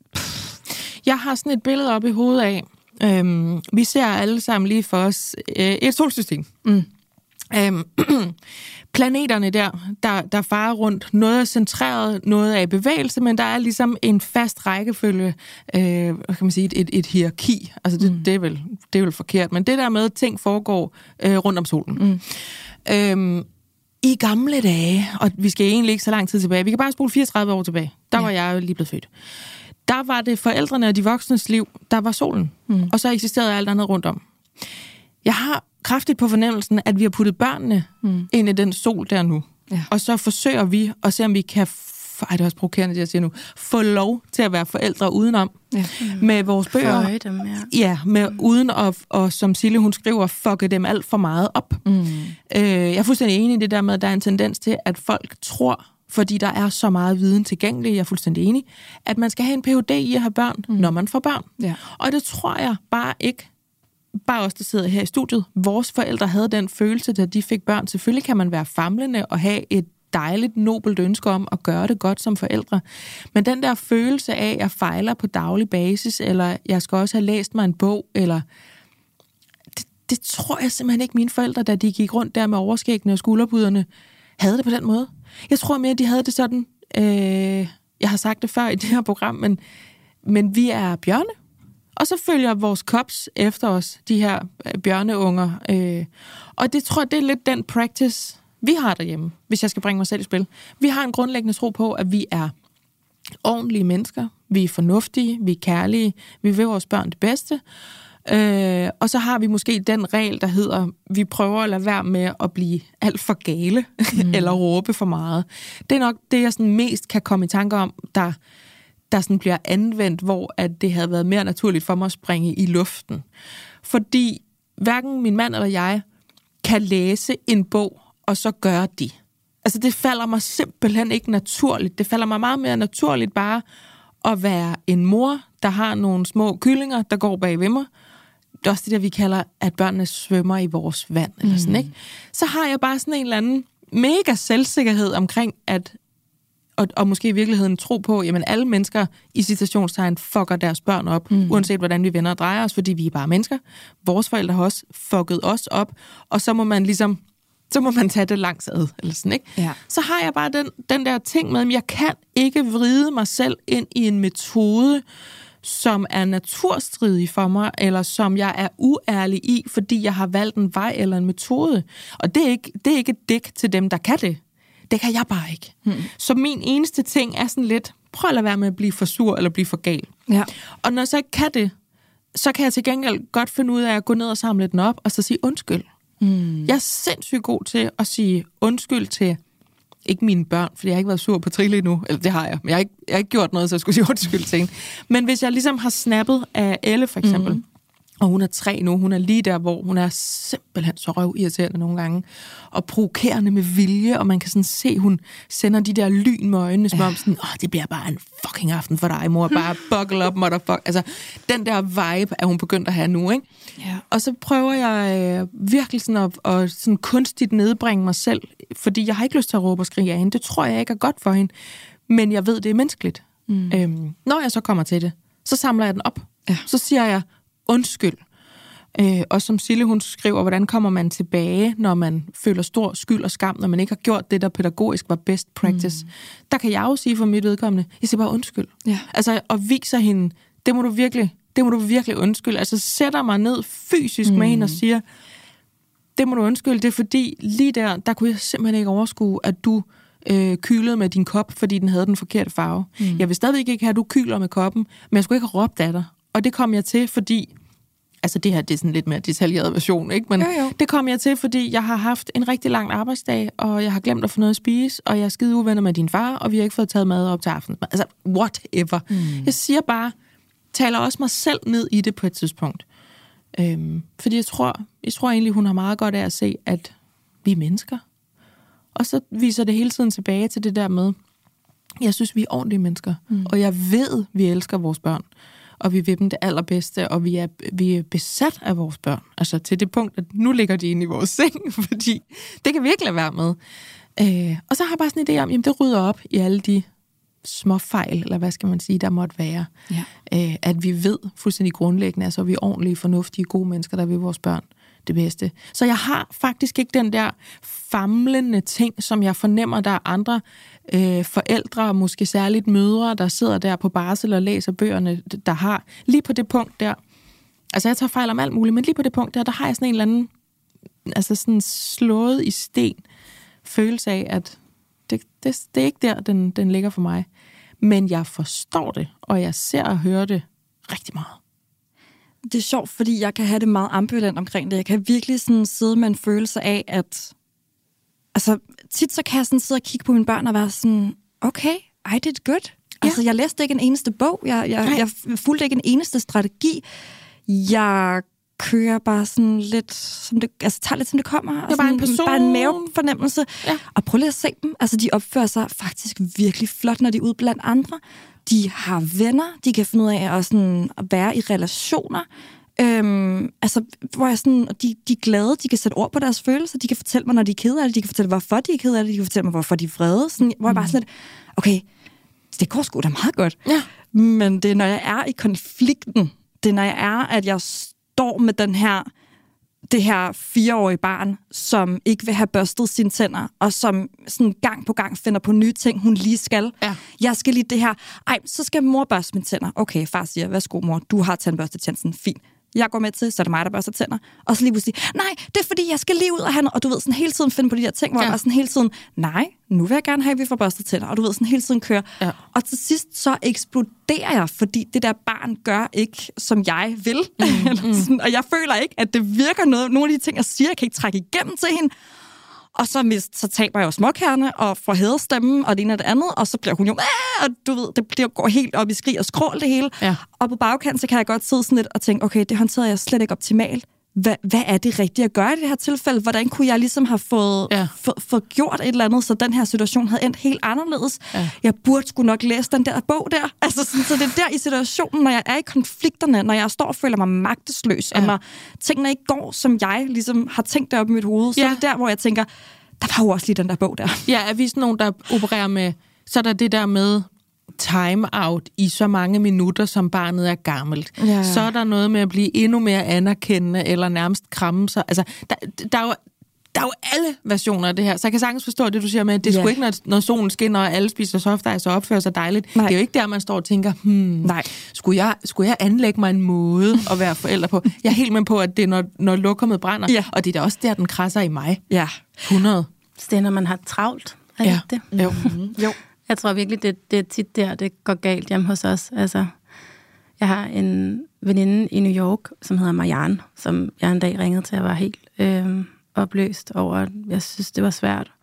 jeg har sådan et billede op i hovedet af, øhm, vi ser alle sammen lige for os øh, et solsystem. Mm. Øhm, planeterne der, der, der farer rundt, noget er centreret, noget er i bevægelse, men der er ligesom en fast rækkefølge, øh, hvad kan man sige, et, et hierarki. Altså det, mm. det, er vel, det er vel forkert, men det der med, at ting foregår øh, rundt om solen. Mm. Øhm, I gamle dage, og vi skal egentlig ikke så lang tid tilbage, vi kan bare spole fireogtredive år tilbage, der ja. var jeg jo lige blevet født. Der var det forældrene og de voksnes liv, der var solen, mm. og så eksisterede alt andet rundt om. Jeg har kraftigt på fornemmelsen, at vi har puttet børnene mm. ind i den sol der nu. Ja. Og så forsøger vi at se, om vi kan, f- ej, det er også provokerende, det jeg siger nu, få lov til at være forældre udenom. Ja. Mm. Med vores bøger. Føje dem, ja. Ja, med, mm. uden at, og som Sille, hun skriver, fucke dem alt for meget op. Mm. Øh, jeg er fuldstændig enig i det der med, at der er en tendens til, at folk tror, fordi der er så meget viden tilgængelig, jeg er fuldstændig enig, at man skal have en P H D i at have børn, mm. når man får børn. Ja. Og det tror jeg bare ikke, bare os, der sidder her i studiet, vores forældre havde den følelse, da de fik børn. Selvfølgelig kan man være famlende og have et dejligt, nobelt ønske om at gøre det godt som forældre. Men den der følelse af, at jeg fejler på daglig basis, eller jeg skal også have læst mig en bog, eller... Det, det tror jeg simpelthen ikke, mine forældre, da de gik rundt der med overskæggene og skulderbuderne, havde det på den måde. Jeg tror mere, at de havde det sådan... Øh, jeg har sagt det før i det her program, men, men vi er bjørne. Og så følger vores cops efter os, de her bjørneunger. Øh, og det tror jeg, det er lidt den practice, vi har derhjemme, hvis jeg skal bringe mig selv i spil. Vi har en grundlæggende tro på, at vi er ordentlige mennesker, vi er fornuftige, vi er kærlige, vi vil vores børn det bedste. Øh, og så har vi måske den regel, der hedder, vi prøver at lade være med at blive alt for gale, mm. eller råbe for meget. Det er nok det, jeg sådan mest kan komme i tanke om, der... der sådan bliver anvendt, hvor at det havde været mere naturligt for mig at springe i luften. Fordi hverken min mand eller jeg kan læse en bog, og så gøre de. Altså det falder mig simpelthen ikke naturligt. Det falder mig meget mere naturligt bare at være en mor, der har nogle små kyllinger, der går bag ved mig. Det er også det der, vi kalder, at børnene svømmer i vores vand. Eller sådan, ikke? Så har jeg bare sådan en eller anden mega selvsikkerhed omkring, at Og, og måske i virkeligheden tro på, jamen alle mennesker i citationstegn fucker deres børn op, mm. uanset hvordan vi vender og drejer os, fordi vi er bare mennesker. Vores forældre har også fucket os op, og så må man ligesom, så må man tage det langs ad, eller sådan, ikke? Ja. Så har jeg bare den, den der ting med, at jeg kan ikke vride mig selv ind i en metode, som er naturstridig for mig, eller som jeg er uærlig i, fordi jeg har valgt en vej eller en metode. Og det er ikke, det er ikke et dæk til dem, der kan det. Det kan jeg bare ikke. Hmm. Så min eneste ting er sådan lidt, prøv at lade være med at blive for sur eller blive for gal. Ja. Og når jeg så ikke kan det, så kan jeg til gengæld godt finde ud af at gå ned og samle den op, og så sige undskyld. Hmm. Jeg er sindssygt god til at sige undskyld til, ikke mine børn, fordi jeg har ikke været sur på Trille endnu, eller det har jeg, men jeg har ikke, jeg har ikke gjort noget, så jeg skulle sige undskyld til hende. Men hvis jeg ligesom har snappet af Elle for eksempel, hmm. og hun er tre nu, hun er lige der, hvor hun er simpelthen så røvirriterende nogle gange, og provokerende med vilje, og man kan sådan se, hun sender de der lyn med øjnene, som ja. om sådan, åh, det bliver bare en fucking aften for dig, mor, bare buckle up, motherfucker. Altså, den der vibe er hun begyndt at have nu, ikke? Ja. Og så prøver jeg øh, virkelig sådan at, at sådan kunstigt nedbringe mig selv, fordi jeg har ikke lyst til at råbe og skrige af hende. Det tror jeg ikke er godt for hende, men jeg ved, det er menneskeligt. Mm. Øhm, når jeg så kommer til det, så samler jeg den op. Ja. Så siger jeg, undskyld. Øh, og som Sille, hun skriver, hvordan kommer man tilbage, når man føler stor skyld og skam, når man ikke har gjort det, der pædagogisk var best practice. Mm. Der kan jeg jo sige for mit vedkommende, jeg siger bare undskyld. Ja. Altså, og viser hende, det må du virkelig, det må du virkelig undskylde. Altså, sætter mig ned fysisk mm. med hende og siger, det må du undskylde, det er fordi, lige der, der kunne jeg simpelthen ikke overskue, at du øh, kylede med din kop, fordi den havde den forkerte farve. Mm. Jeg vil stadigvæk ikke have, at du kyler med koppen, men jeg skulle ikke have råbt af dig. Og det kom jeg til, fordi... Altså det her, det er sådan lidt mere detaljeret version, ikke? Men jo, jo. det kom jeg til, fordi jeg har haft en rigtig lang arbejdsdag, og jeg har glemt at få noget at spise, og jeg er skide uvenner med din far, og vi har ikke fået taget mad op til aftensmad. Altså, whatever. Mm. Jeg siger bare, taler også mig selv ned i det på et tidspunkt. Øhm, fordi jeg tror, jeg tror egentlig, hun har meget godt af at se, at vi er mennesker. Og så viser det hele tiden tilbage til det der med, jeg synes, vi er ordentlige mennesker, mm. og jeg ved, vi elsker vores børn. Og vi vil dem det allerbedste, og vi er, vi er besat af vores børn. Altså til det punkt, at nu ligger de inde i vores seng, fordi det kan vi ikke lade være med. Øh, og så har jeg bare sådan en idé om, jamen det rydder op i alle de små fejl, eller hvad skal man sige, der måtte være. Ja. Øh, at vi ved fuldstændig grundlæggende, altså vi er ordentlige, fornuftige, gode mennesker, der vil vores børn det bedste. Så jeg har faktisk ikke den der famlende ting, som jeg fornemmer, der er andre øh, forældre, måske særligt mødre, der sidder der på barsel og læser bøgerne, der har. Lige på det punkt der, altså jeg tager fejl om alt muligt, men lige på det punkt der, der har jeg sådan en eller anden, altså sådan slået i sten følelse af, at det, det, det er ikke der, den, den ligger for mig. Men jeg forstår det, og jeg ser og hører det rigtig meget. Det er sjovt, fordi jeg kan have det meget ambivalent omkring det. Jeg kan virkelig sådan sidde med en følelse af, at... Altså, tit så kan jeg sådan sidde og kigge på mine børn og være sådan, okay, I did good. Ja. Altså, jeg læste ikke en eneste bog. Jeg, jeg, jeg fulgte ikke en eneste strategi. Jeg kører bare sådan lidt, som det, altså tager lidt, som det kommer. Det er bare en person. Bare en mavefornemmelse. Ja. Og prøv lige at se dem. Altså, de opfører sig faktisk virkelig flot, når de er ude blandt andre. De har venner, de kan finde ud af at, sådan, at være i relationer. Øhm, altså, hvor jeg sådan, de, de er glade, de kan sætte ord på deres følelser, de kan fortælle mig, når de er kede af det, de kan fortælle, hvorfor de er kede af det, de kan fortælle mig, hvorfor de er vrede. Sådan, hvor jeg bare sådan lidt, okay, det går sgu da meget godt. Ja. Men det er, når jeg er i konflikten, det er, når jeg er, at jeg står med den her, det her fireårige barn, som ikke vil have børstet sine tænder, og som sådan gang på gang finder på nye ting, hun lige skal. Ja. Jeg skal lige det her. Ej, så skal mor børste mine tænder. Okay, far siger, værsgo mor, du har tandbørstetjenesten. Fint. Jeg går med til, så er det mig, der børster tænder. Og så lige pludselig, nej, det er fordi, jeg skal lige ud og have noget. Og du ved, sådan hele tiden finde på de der ting, hvor ja. jeg sådan hele tiden, nej, nu vil jeg gerne have, at vi får børstet tænder. Og du ved, sådan hele tiden kører. Ja. Og til sidst, så eksploderer jeg, fordi det der barn gør ikke, som jeg vil. Mm, mm. Og jeg føler ikke, at det virker noget. Nogle af de ting, jeg siger, jeg kan ikke trække igennem til hende. Og så, mist, så taber jeg jo småkærne og får hæderstemmen og det ene og det andet, og så bliver hun jo, og du ved, det, det går helt op i skrig og skrål det hele. Ja. Og på bagkanten, så kan jeg godt sidde sådan lidt og tænke, okay, det håndterede jeg slet ikke optimalt. Hvad, hvad er det rigtige at gøre i det her tilfælde? Hvordan kunne jeg ligesom have fået, ja. få, få gjort et eller andet, så den her situation havde endt helt anderledes? Ja. Jeg burde sgu nok læse den der bog der. Altså, sådan, så det er der i situationen, når jeg er i konflikterne, når jeg står og føler mig magtesløs, ja. og når tingene ikke går, som jeg ligesom har tænkt det op i mit hoved, så ja. er det der, hvor jeg tænker, der var jo også lige den der bog der. Ja, er vi sådan nogen, der opererer med, så er der det der med time-out i så mange minutter, som barnet er gammelt. Ja. Så er der noget med at blive endnu mere anerkendende, eller nærmest kramme sig. Altså, der, der, er jo, der er jo alle versioner af det her, så jeg kan sagtens forstå det, du siger med, at det er ja. sgu ikke, når, når solen skinner, og alle spiser softice, så opfører sig dejligt. Nej. Det er jo ikke der, man står og tænker, hmm, Nej. Skulle, jeg, skulle jeg anlægge mig en måde at være forælder på? Jeg er helt med på, at det er, når, når lokummet brænder, ja. og det er da også der, den krasser i mig. Ja. hundrede. Det er, når man har travlt, er ja. det det? Jo. Mm-hmm. jo. Jeg tror virkelig, det, det er tit der, det går galt hjemme hos os. Altså, jeg har en veninde i New York, som hedder Marianne, som jeg en dag ringede til, at jeg var helt øh, opløst over, at jeg synes, det var svært.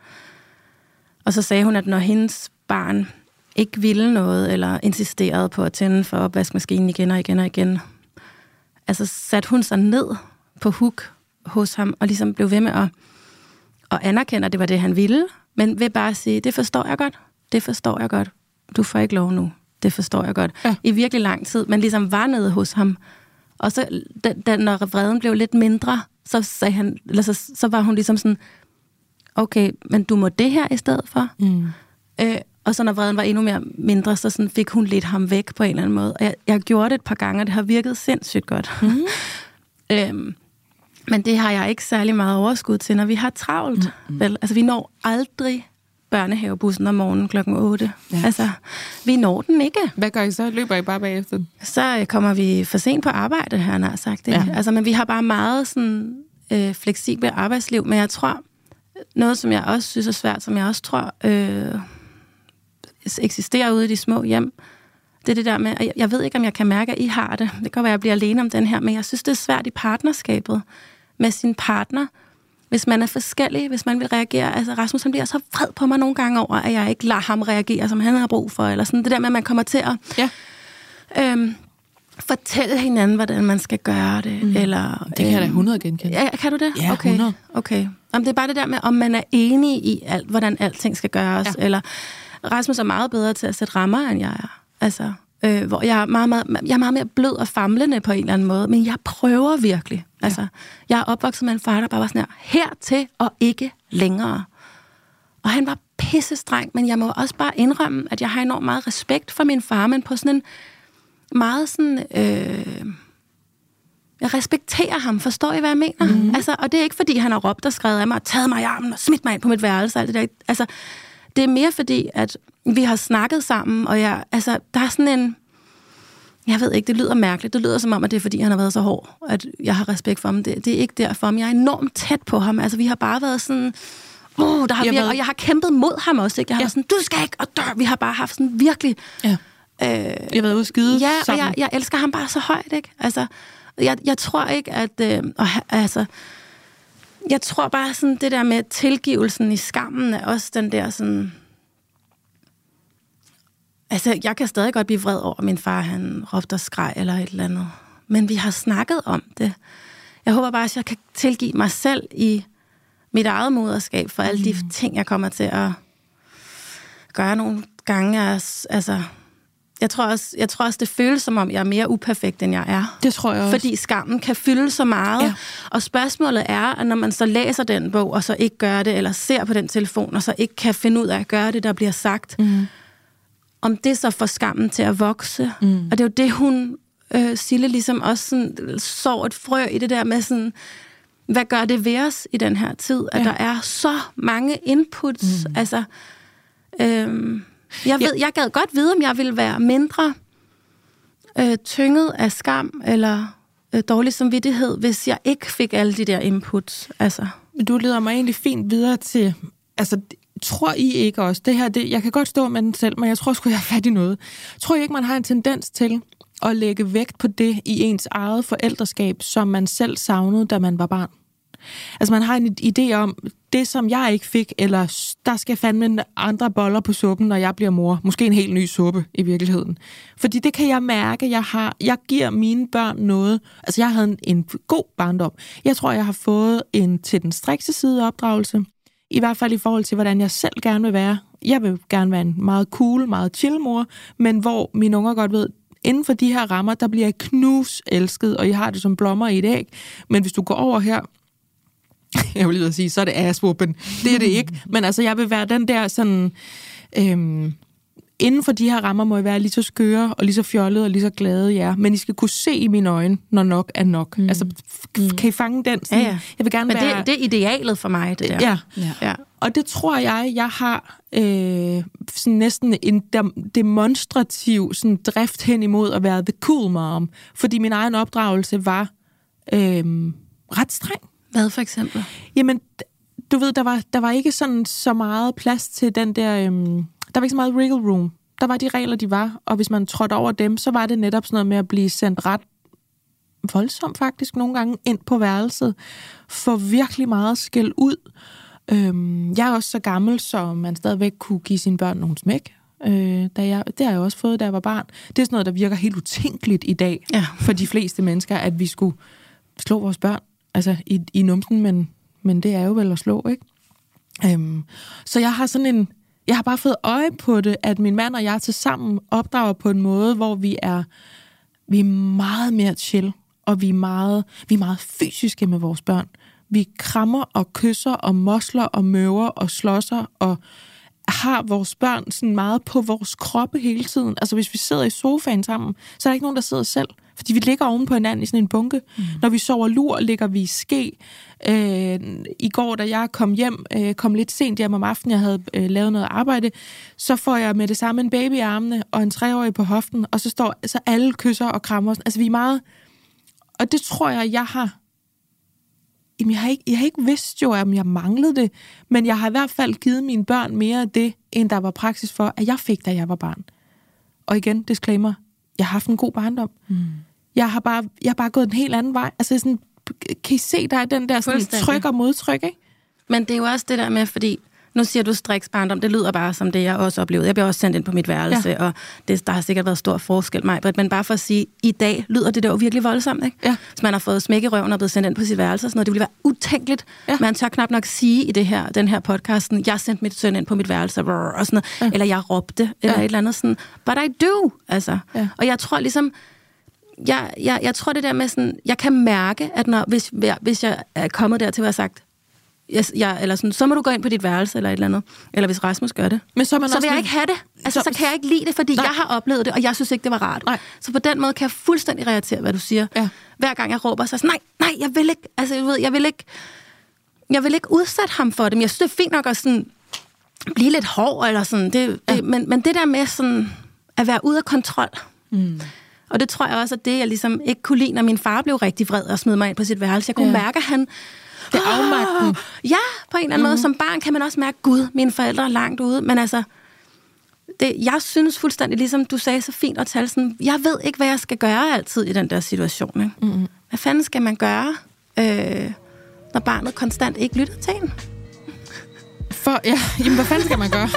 Og så sagde hun, at når hendes barn ikke ville noget, eller insisterede på at tænde for opvaskemaskinen igen og igen og igen, altså satte hun sig ned på huk hos ham, og ligesom blev ved med at, at anerkende, at det var det, han ville, men ved bare at sige, det forstår jeg godt. Det forstår jeg godt. Du får ikke lov nu. Det forstår jeg godt. Ja. I virkelig lang tid. Men ligesom var nede hos ham. Og så, da, da, når vreden blev lidt mindre, så, sagde han, eller så, så var hun ligesom sådan, okay, men du må det her i stedet for. Mm. Øh, og så når vreden var endnu mere mindre, så sådan fik hun lidt ham væk på en eller anden måde. Og jeg, jeg gjorde det et par gange, og det har virket sindssygt godt. Mm. øhm, men det har jeg ikke særlig meget overskud til, når vi har travlt. Mm. Vel? Altså, vi når aldrig børnehavebussen om morgenen klokken otte. Ja. Altså, vi når den ikke. Hvad gør I så? Løber I bare bagefter? Så kommer vi for sent på arbejde, her nær sagt. Ja. Altså, men vi har bare meget sådan, øh, fleksibelt arbejdsliv, men jeg tror, noget, som jeg også synes er svært, som jeg også tror øh, eksisterer ude i de små hjem, det er det der med, jeg, jeg ved ikke, om jeg kan mærke, at I har det. Det kan være, at jeg bliver alene om den her, men jeg synes, det er svært i partnerskabet med sin partner, hvis man er forskellig, hvis man vil reagere. Altså, Rasmus, han bliver så vred på mig nogle gange over, at jeg ikke lader ham reagere, som han har brug for, eller sådan det der med, at man kommer til at ja. øhm, fortælle hinanden, hvordan man skal gøre det, mm. eller... Det kan jeg da hundrede genkende. Ja, kan du det? Ja, okay. hundrede. Okay. Jamen, det er bare det der med, om man er enig i alt, hvordan alting skal gøres, ja. Eller Rasmus er meget bedre til at sætte rammer, end jeg er. Altså, øh, hvor jeg er, meget, meget, jeg er meget mere blød og famlende på en eller anden måde, men jeg prøver virkelig. Ja. Altså, jeg er opvokset med en far, der bare var sådan her, hertil og ikke længere. Og han var pissestreng, men jeg må også bare indrømme, at jeg har enormt meget respekt for min far, men på sådan en meget sådan... Øh, jeg respekterer ham, forstår I, hvad jeg mener? Mm-hmm. Altså, og det er ikke, fordi han har råbt og skrevet af mig, og taget mig i armen og smidt mig ind på mit værelse. Alt det der. Altså, det er mere fordi, at vi har snakket sammen, og jeg, altså, der er sådan en... Jeg ved ikke, det lyder mærkeligt. Det lyder som om, at det er, fordi han har været så hård, at jeg har respekt for ham. Det, det er ikke derfor, men jeg er enormt tæt på ham. Altså, vi har bare været sådan... Uh, der har jeg virkelig, og jeg har kæmpet mod ham også, ikke? Jeg har ja. været sådan, du skal ikke, og dør. Vi har bare haft sådan virkelig... Ja. Øh, jeg har været ude at skide ja, sammen. Ja, jeg, jeg elsker ham bare så højt, ikke? Altså, jeg, jeg tror ikke, at... Øh, og, altså... Jeg tror bare sådan, det der med tilgivelsen i skammen er også den der sådan... Altså, jeg kan stadig godt blive vred over, at min far, han råbte og skreg eller et eller andet. Men vi har snakket om det. Jeg håber bare, at jeg kan tilgive mig selv i mit eget moderskab for alle de mm. ting, jeg kommer til at gøre nogle gange. Altså, jeg tror også, jeg tror også, det føles som om, jeg er mere uperfekt, end jeg er. Det tror jeg også. Fordi skammen kan fylde så meget. Ja. Og spørgsmålet er, at når man så læser den bog, og så ikke gør det, eller ser på den telefon, og så ikke kan finde ud af at gøre det, der bliver sagt, mm. om det så får skammen til at vokse. Mm. Og det er jo det, hun, øh, Sille, ligesom også sådan, sår et frø i det der med sådan, hvad gør det ved os i den her tid? At ja. Der er så mange inputs. Mm. Altså, øh, jeg, ved, ja. jeg gad godt vide, om jeg ville være mindre øh, tynget af skam, eller øh, dårlig samvittighed, hvis jeg ikke fik alle de der inputs. Altså. Du leder mig egentlig fint videre til... Altså, tror I ikke også, det her, det, jeg kan godt stå med den selv, men jeg tror sgu, jeg er fat i noget. Tror I ikke, man har en tendens til at lægge vægt på det i ens eget forældreskab, som man selv savnede, da man var barn? Altså, man har en idé om, det som jeg ikke fik, eller der skal fandme andre boller på suppen, når jeg bliver mor. Måske en helt ny suppe i virkeligheden. Fordi det kan jeg mærke, jeg har. Jeg giver mine børn noget. Altså, jeg havde en, en god barndom. Jeg tror, jeg har fået en til den strikse side opdragelse. I hvert fald i forhold til, hvordan jeg selv gerne vil være. Jeg vil gerne være en meget cool, meget chill mor, men hvor mine unger godt ved, inden for de her rammer, der bliver jeg knus elsket, og I har det som blommer i et æg. Men hvis du går over her, jeg vil lige sige, så er det ass-whooping. Det er det ikke. Men altså, jeg vil være den der sådan... Øhm, inden for de her rammer må jeg være lige så skøre, og lige så fjollet, og lige så glade, ja. Men I skal kunne se i mine øjne, når nok er nok. Mm. Altså, f- kan I fange den? Sådan, ja, ja. Jeg vil gerne Men være... det, det er idealet for mig, det der. Ja. Ja. Ja. Og det tror jeg, jeg har øh, sådan næsten en dem- demonstrativ sådan drift hen imod at være the cool mom. Fordi min egen opdragelse var øh, ret streng. Hvad for eksempel? Jamen, du ved, der var, der var ikke sådan så meget plads til den der... Øh, der var ikke så meget wriggle room. Der var de regler, de var. Og hvis man trådte over dem, så var det netop sådan noget med at blive sendt ret voldsomt faktisk nogle gange ind på værelset. For virkelig meget skæld ud. Øhm, jeg er også så gammel, så man stadigvæk kunne give sine børn nogle smæk. Øh, da jeg, det har jeg også fået, da jeg var barn. Det er sådan noget, der virker helt utænkeligt i dag. Ja. For de fleste mennesker, at vi skulle slå vores børn. Altså i, i numsen, men, men det er jo vel at slå, ikke? Øhm, så jeg har sådan en... Jeg har bare fået øje på det, at min mand og jeg til sammen opdrager på en måde, hvor vi er, vi er meget mere chill, og vi er meget, vi er meget fysiske med vores børn. Vi krammer og kysser og mosler og møver og slåsser og har vores børn sådan meget på vores kroppe hele tiden. Altså hvis vi sidder i sofaen sammen, så er der ikke nogen, der sidder selv. Fordi vi ligger oven på hinanden i sådan en bunke. Mm. Når vi sover lur, ligger vi i ske. Øh, I går, da jeg kom hjem, øh, kom lidt sent hjem om aftenen, jeg havde øh, lavet noget arbejde, så får jeg med det samme en baby i armene og en treårig på hoften, og så står så alle kysser og krammer. Altså vi er meget... Og det tror jeg, jeg har jamen, jeg, har ikke, jeg har ikke vidst jo, om jeg manglede det, men jeg har i hvert fald givet mine børn mere af det, end der var praksis for, at jeg fik, da jeg var barn. Og igen, disclaimer, jeg har haft en god barndom. Mm. Jeg har bare, jeg har bare gået en helt anden vej. Altså sådan, kan I se, der er den der sådan, tryk og modtryk, ikke? Men det er jo også det der med, fordi nu siger du striks barndom, det lyder bare som det, jeg også oplevede. Jeg blev også sendt ind på mit værelse, ja. og det, der har sikkert været stor forskel mig. Men bare for at sige, i dag lyder det der jo virkelig voldsomt, ikke? Ja. Hvis man har fået smæk i røven og blevet sendt ind på sit værelse og sådan noget, det ville være utænkeligt. Ja. Man tør knap nok sige i det her, den her podcasten, jeg sendte mit søn ind på mit værelse, og sådan noget, ja. eller jeg råbte, eller ja. et eller andet sådan, but I do, altså. Ja. Og jeg tror ligesom, jeg, jeg, jeg tror det der med sådan, jeg kan mærke, at når, hvis, hvis jeg er kommet der til at have sagt, Jeg, jeg, eller sådan, så må du gå ind på dit værelse, eller et eller andet. Eller hvis Rasmus gør det. Men så, man så vil jeg ikke have det. Altså, så, så kan jeg ikke lide det, fordi nej. jeg har oplevet det, og jeg synes ikke, det var rart. Nej. Så på den måde kan jeg fuldstændig reagere, hvad du siger. Ja. Hver gang jeg råber, så sådan, nej, nej, jeg vil ikke, altså, jeg, ved, jeg vil ikke, jeg vil ikke udsætte ham for det, men jeg synes, det er fint nok at sådan, blive lidt hård, eller sådan, det, ja. det, men, men det der med sådan, at være ude af kontrol, mm. og det tror jeg også, at det, jeg ligesom ikke kunne lide, når min far blev rigtig vred og smed mig ind på sit værelse. Jeg kunne ja. mærke, at han det er afmagten. Ja, på en eller anden mm-hmm. måde. Som barn kan man også mærke, Gud, mine forældre er langt ude. Men altså, det, jeg synes fuldstændig, ligesom du sagde så fint at tale sådan, jeg ved ikke, hvad jeg skal gøre altid i den der situation. Ikke? Mm-hmm. Hvad fanden skal man gøre, øh, når barnet konstant ikke lytter til en? For, ja, jamen, hvad fanden skal man gøre?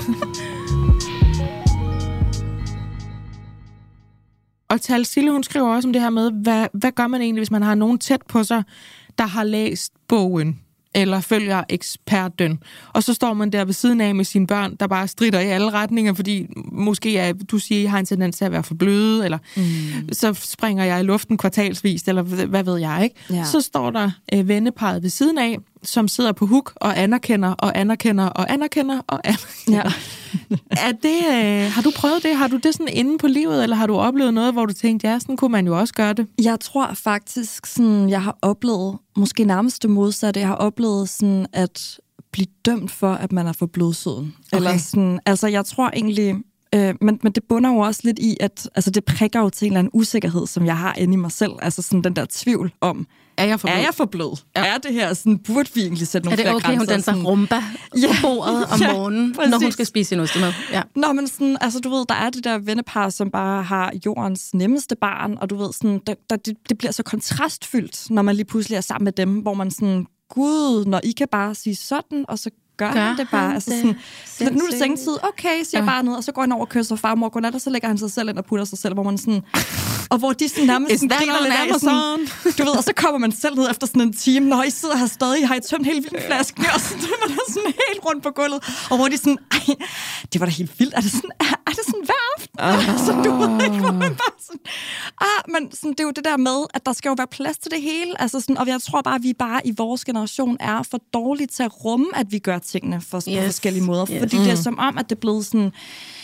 Og Tal Sille, hun skriver også om det her med, hvad, hvad gør man egentlig, hvis man har nogen tæt på sig, der har læst bogen, eller følger eksperten. Og så står man der ved siden af med sine børn, der bare stritter i alle retninger, fordi måske er, du siger, jeg har en tendens til at være for bløde, eller mm. så springer jeg i luften kvartalsvist, eller hvad ved jeg, ikke? Ja. Så står der øh, venneparret ved siden af, som sidder på huk og anerkender, og anerkender, og anerkender, og anerkender. Ja. Er det, øh, har du prøvet det? Har du det sådan inde på livet, eller har du oplevet noget, hvor du tænkte, ja, sådan kunne man jo også gøre det? Jeg tror faktisk, sådan, jeg har oplevet, måske nærmest det modsatte, jeg har oplevet sådan, at blive dømt for, at man er for blodsøden. Okay. Eller sådan, altså jeg tror egentlig, øh, men, men det bunder jo også lidt i, at altså, det prikker jo til en eller anden usikkerhed, som jeg har inde i mig selv. Altså sådan den der tvivl om, Er jeg for blød? Er jeg for blød? Ja. Er det her sådan, burde vi egentlig sætte nogle flere grænser? Er det okay, grænser, hun danser rumba ja, på bordet om ja, morgenen, præcis. Når hun skal spise sin ostemad? Ja. Nå, men sådan, altså du ved, der er det der vennepar, som bare har jordens nemmeste barn, og du ved, sådan, der, der, det, det bliver så kontrastfyldt, når man lige pludselig er sammen med dem, hvor man sådan, gud, når I kan bare sige sådan, og så gør, gør han det bare. Altså sådan, så nu er det sengetid, okay, siger ja. bare ned, og så går han over og kysser far og mor godnat, og så lægger han sig selv ind og putter sig selv, hvor man sådan, og hvor de sådan nærmest sådan, griner lidt af sådan, du ved, og så kommer man selv ned efter sådan en time, når I sidder her stadig, har I tømt hele vinflasken, og så er man sådan helt rundt på gulvet, og hvor de sådan, ej, det var da helt vildt, er det sådan, er, er det sådan hver aften? Oh. Så du ved ikke, hvor man bare sådan, ah, men sådan, det er jo det der med, at der skal jo være plads til det hele, altså sådan, og jeg tror bare, at vi bare i vores generation er for dårlige til at rumme, at vi gør tingene for, yes. på forskellige måder, yes. fordi mm. det er som om, at det er blevet sådan,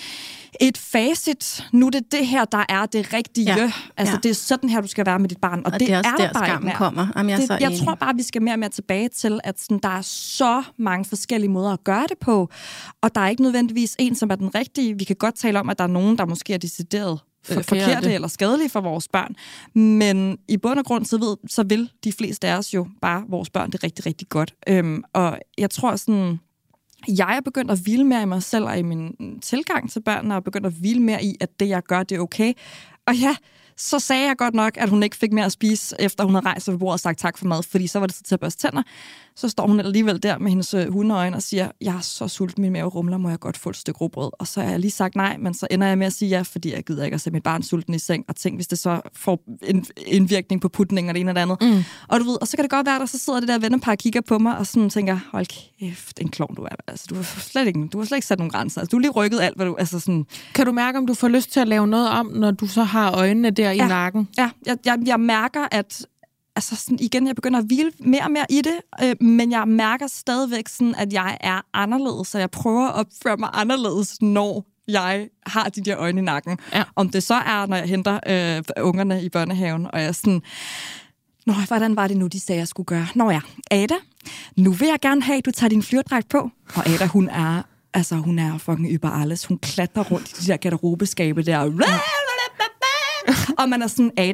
et facit, nu er det det her, der er det rigtige. Ja. Altså, ja. det er sådan her, du skal være med dit barn. Og, og det, det er, også er der, der bare ikke kommer. Jamen, jeg, det, jeg tror bare, vi skal mere og mere tilbage til, at sådan, der er så mange forskellige måder at gøre det på, og der er ikke nødvendigvis en, som er den rigtige. Vi kan godt tale om, at der er nogen, der måske er decideret forkerte, forkerte eller skadelige for vores børn, men i bund og grund, så, ved, så vil de fleste af os jo bare vores børn det rigtig, rigtig godt. Øhm, og jeg tror sådan, jeg er begyndt at hvile mere i mig selv og i min tilgang til børnene, og begyndt at hvile mere i, at det, jeg gør, det er okay. Og ja, så sagde jeg godt nok, at hun ikke fik mere at spise, efter hun havde rejst sig ved bordet og sagt tak for mad, fordi så var det tid til at børste tænder. Så står hun alligevel der med hendes hundeøjne og siger, jeg er så sulten, min mave rumler, må jeg godt få et stykke rugbrød? Og så har jeg lige sagt nej, men så ender jeg med at sige ja, fordi jeg gider ikke at se mit barn sulten i seng, og tænk, hvis det så får en indvirkning på putningen og det ene og det andet. Mm. Og du ved, og så kan det godt være, at der så sidder det der vennepar og kigger på mig, og sådan tænker, hold kæft, en klovn du er. Altså, du har slet ikke, du har slet ikke sat nogen grænser. Altså, du har lige rykket alt, hvad du... Altså, sådan... Kan du mærke, om du får lyst til at lave noget om, når du så har øjnene der i ja. nakken? Ja, jeg, jeg, jeg mærker, at altså sådan, igen, jeg begynder at hvile mere og mere i det, øh, men jeg mærker stadigvæk sådan, at jeg er anderledes, så jeg prøver at opføre mig anderledes, når jeg har de der øjne i nakken. Ja. Om det så er, når jeg henter øh, ungerne i børnehaven, og jeg er sådan, nå, hvordan var det nu, de sagde, jeg skulle gøre? Nå ja, Ada, nu vil jeg gerne have, at du tager din flyverdragt på. Og Ada, hun er, altså, hun er fucking über alles. Hun klatrer rundt i de der garderobeskabe der. Ja. Og man er sådan, Ada,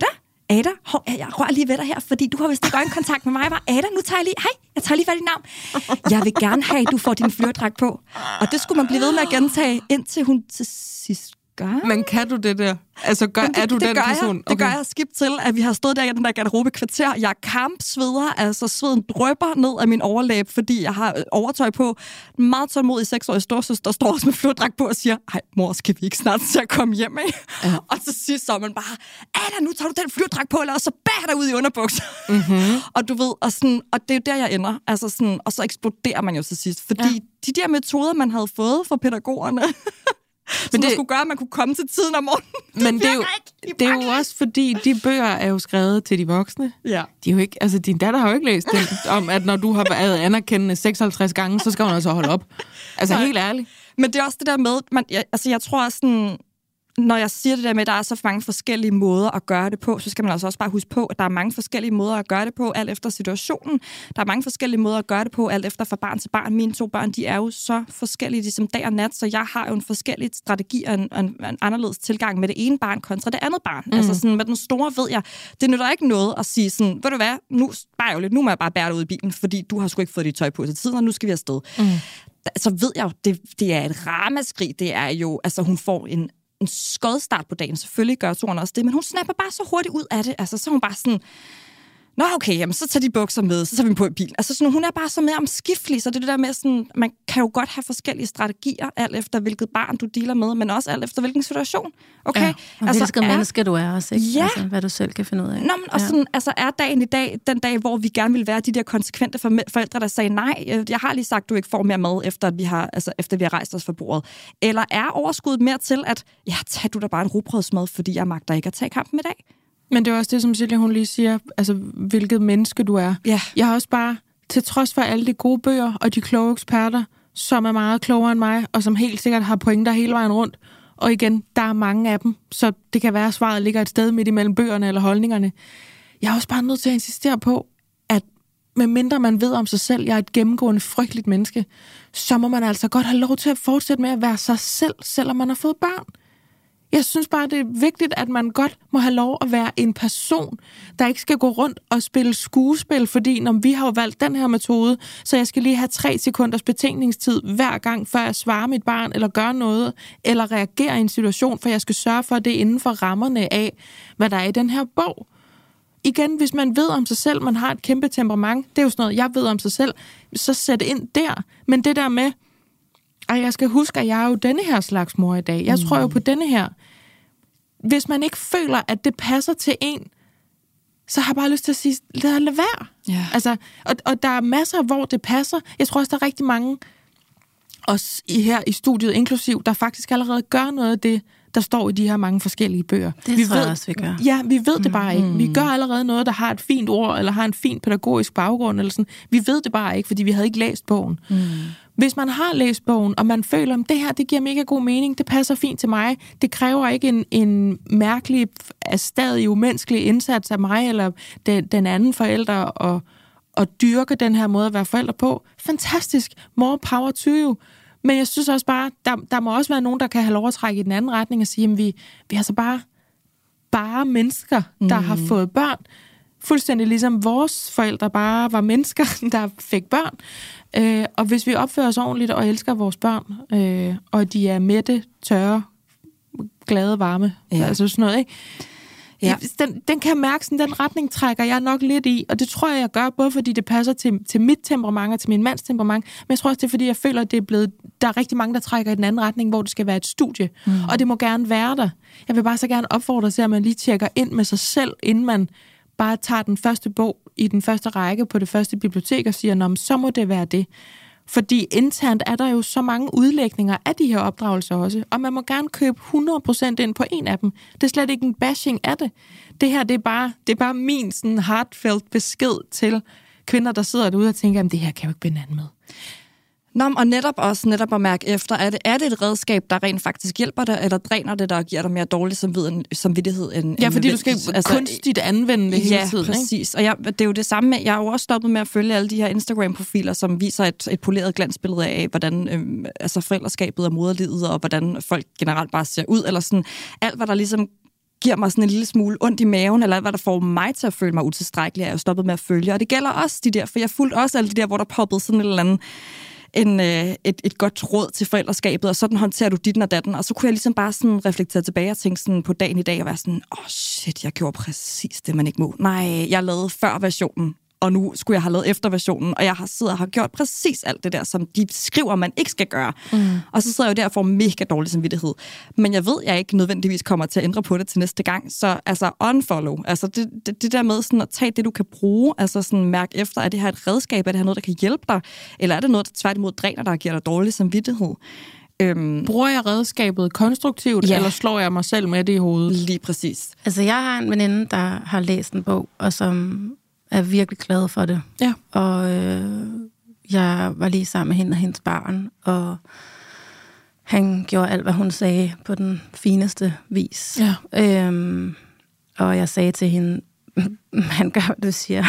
Ada, hov, jeg rører lige ved dig her, fordi du har vist ikke øjenkontakt med mig. Var Ada, nu tager jeg lige, hej, jeg tager lige fat i dit navn. Jeg vil gerne have, at du får din flyverdragt på. Og det skulle man blive ved med at gentage, indtil hun til sidst gør. Men kan du det der? Altså, gør, det, er du det den gør person? Jeg. Det okay. gør jeg skidt til, at vi har stået der i den der garderobekvarter. Jeg er kampsveder, altså sveden drypper ned af min overlæb, fordi jeg har overtøj på. Meget tålmodig seksårig storsøster står også med flyverdragt på og siger, ej mor, skal vi ikke snart til at komme hjem af? Ja. Og til sidst så er man bare, Ada, nu tager du den flyverdragt på, eller så bærer dig ud i underbukser. Mm-hmm. Og du ved, og, sådan, og det er jo der, jeg ender. Altså sådan, og så eksploderer man jo til sidst. Fordi ja. de der metoder, man havde fået fra pædagogerne, men det skulle gøre, at man kunne komme til tiden om morgenen. Men det er, jo, det er jo også fordi, de bøger er jo skrevet til de voksne. Ja. De er jo ikke, altså, din datter har jo ikke læst den, om, at når du har været anerkendende seksoghalvtreds gange, så skal hun altså holde op. Altså, nej. Helt ærligt. Men det er også det der med, man, jeg, altså, jeg tror sådan, når jeg siger det der med, at der er så mange forskellige måder at gøre det på, så skal man altså også bare huske på, at der er mange forskellige måder at gøre det på, alt efter situationen. Der er mange forskellige måder at gøre det på, alt efter fra barn til barn. Mine to børn, de er jo så forskellige, ligesom dag og nat, så jeg har jo en forskellig strategi og en, en, en anderledes tilgang med det ene barn kontra det andet barn. Mm. Altså sådan, med den store ved jeg, det nytter ikke noget at sige sådan, ved du hvad, nu, bare jo lidt, nu må jeg bare bære dig ud i bilen, fordi du har sgu ikke fået dit tøj på til tiden, og nu skal vi afsted. Mm. Så ved jeg jo, det, det er et ramaskrig, det er jo, altså hun får en en skodstart på dagen. Selvfølgelig gør Toren også det, men hun snapper bare så hurtigt ud af det. Altså, så er hun bare sådan, nå okay, jamen, så tager de bukser med, så tager vi på i bilen. Altså, sådan, hun er bare så mere omskiftelig, så det er det der med, sådan, man kan jo godt have forskellige strategier, alt efter hvilket barn du dealer med, men også alt efter hvilken situation. Okay? Ja, og altså, hvilket er, menneske du er også, ikke? Ja. Altså, hvad du selv kan finde ud af. Nå, men, og sådan, ja. altså, er dagen i dag den dag, hvor vi gerne vil være de der konsekvente forældre, der sagde, nej, jeg har lige sagt, du ikke får mere mad, efter vi har, altså, efter vi har rejst os fra bordet. Eller er overskuddet mere til, at, ja, tag du da bare en rugbrødsmad, fordi jeg magter ikke at tage kampen i dag? Men det er også det, som Silja, hun lige siger, altså, hvilket menneske du er. Ja. Jeg har også bare, til trods for alle de gode bøger og de kloge eksperter, som er meget klogere end mig, og som helt sikkert har pointer hele vejen rundt, og igen, der er mange af dem, så det kan være, at svaret ligger et sted midt imellem bøgerne eller holdningerne. Jeg er også bare nødt til at insistere på, at medmindre man ved om sig selv, jeg er et gennemgående frygteligt menneske, så må man altså godt have lov til at fortsætte med at være sig selv, selvom man har fået børn. Jeg synes bare, det er vigtigt, at man godt må have lov at være en person, der ikke skal gå rundt og spille skuespil, fordi når vi har jo valgt den her metode, så jeg skal lige have tre sekunders betænkningstid hver gang, før jeg svarer mit barn, eller gør noget, eller reagerer i en situation, for jeg skal sørge for, at det er inden for rammerne af, hvad der er i den her bog. Igen, hvis man ved om sig selv, man har et kæmpe temperament, det er jo sådan noget, jeg ved om sig selv, så sæt ind der. Men det der med, og jeg skal huske, at jeg er jo denne her slags mor i dag. Jeg tror jo på denne her. Hvis man ikke føler, at det passer til en, så har jeg bare lyst til at sige, lad det være. Ja. Altså, og, og der er masser, hvor det passer. Jeg tror også, der er rigtig mange, også i, her i studiet inklusiv, der faktisk allerede gør noget af det, der står i de her mange forskellige bøger. Det vi tror ved, jeg også, vi gør. Ja, vi ved det bare mm. ikke. Vi gør allerede noget, der har et fint ord, eller har en fin pædagogisk baggrund, eller sådan. Vi ved det bare ikke, fordi vi havde ikke læst bogen. Mm. Hvis man har læst bogen, og man føler, at det her, det giver mega god mening, det passer fint til mig, det kræver ikke en, en mærkelig, stadig umenneskelig indsats af mig, eller den, den anden forælder, og, og dyrke den her måde at være forælder på. Fantastisk. More power to you. Men jeg synes også bare, der, der må også være nogen, der kan have lov at trække i den anden retning og sige, at vi, vi er så bare, bare mennesker, der mm. har fået børn. Fuldstændig ligesom vores forældre bare var mennesker, der fik børn. Øh, og hvis vi opfører os ordentligt og elsker vores børn, øh, og de er mætte, tørre, glade, varme, ja. Altså sådan noget, ikke? Ja. Den, den kan jeg mærke, sådan, den retning trækker jeg nok lidt i, og det tror jeg, jeg gør, både fordi det passer til, til mit temperament og til min mands temperament, men jeg tror også, det er, fordi jeg føler, at det er blevet, der er rigtig mange, der trækker i den anden retning, hvor det skal være et studie, mm. og det må gerne være der. Jeg vil bare så gerne opfordre til, at man lige tjekker ind med sig selv, inden man bare tager den første bog i den første række på det første bibliotek og siger, nå, så må det være det. Fordi internt er der jo så mange udlægninger af de her opdragelser også, og man må gerne købe hundrede procent ind på en af dem. Det er slet ikke en bashing af det. Det her, det er bare, det er bare min sådan heartfelt besked til kvinder, der sidder derude og tænker, at det her kan jeg jo ikke binde an med. Nå, og netop også netop at mærke efter, er det, er det et redskab, der rent faktisk hjælper dig, eller dræner det, der giver dig mere dårlig samvittighed end Ja, fordi du skal altså, kunstigt anvende det hele ja, tiden. Ja, præcis. Ikke? Og jeg, det er jo det samme med, jeg har jo også stoppet med at følge alle de her Instagram-profiler, som viser et, et poleret glansbillede af, hvordan øhm, altså forældreskabet og moderlivet, og hvordan folk generelt bare ser ud, eller sådan alt, hvad der ligesom giver mig sådan en lille smule ondt i maven, eller hvad der får mig til at føle mig utilstrækkelig, er jeg stoppet med at følge. Og det gælder også de der, for jeg fulgte også alle de der, hvor der poppede sådan et eller andet, en, øh, et, et godt råd til forældreskabet, og sådan håndterer du dit og datten. Og så kunne jeg ligesom bare sådan reflektere tilbage og tænke sådan på dagen i dag, og være sådan, åh oh, shit, jeg gjorde præcis det, man ikke må. Nej, jeg lavede før versionen, og nu skulle jeg have lavet efter versionen, og jeg har siddet og har gjort præcis alt det der, som de skriver, man ikke skal gøre. Mm. Og så sidder jeg jo der og får mega dårlig samvittighed. Men jeg ved, jeg ikke nødvendigvis kommer til at ændre på det til næste gang. Så altså unfollow, altså det, det, det der med sådan at tage det, du kan bruge, altså sådan mærke efter, er det her et redskab, er det her noget, der kan hjælpe dig, eller er det noget, der tværtimod dræner dig og giver dig dårlig samvittighed? Øhm, Bruger jeg redskabet konstruktivt, ja. Eller slår jeg mig selv med det i hovedet? Lige præcis. Altså, jeg har en veninde, der har læst en bog, og som er virkelig glad for det. Ja. Og øh, jeg var lige sammen med hende og hendes barn, og han gjorde alt, hvad hun sagde på den fineste vis. Ja. Øhm, og jeg sagde til hende, han gør, hvad du siger.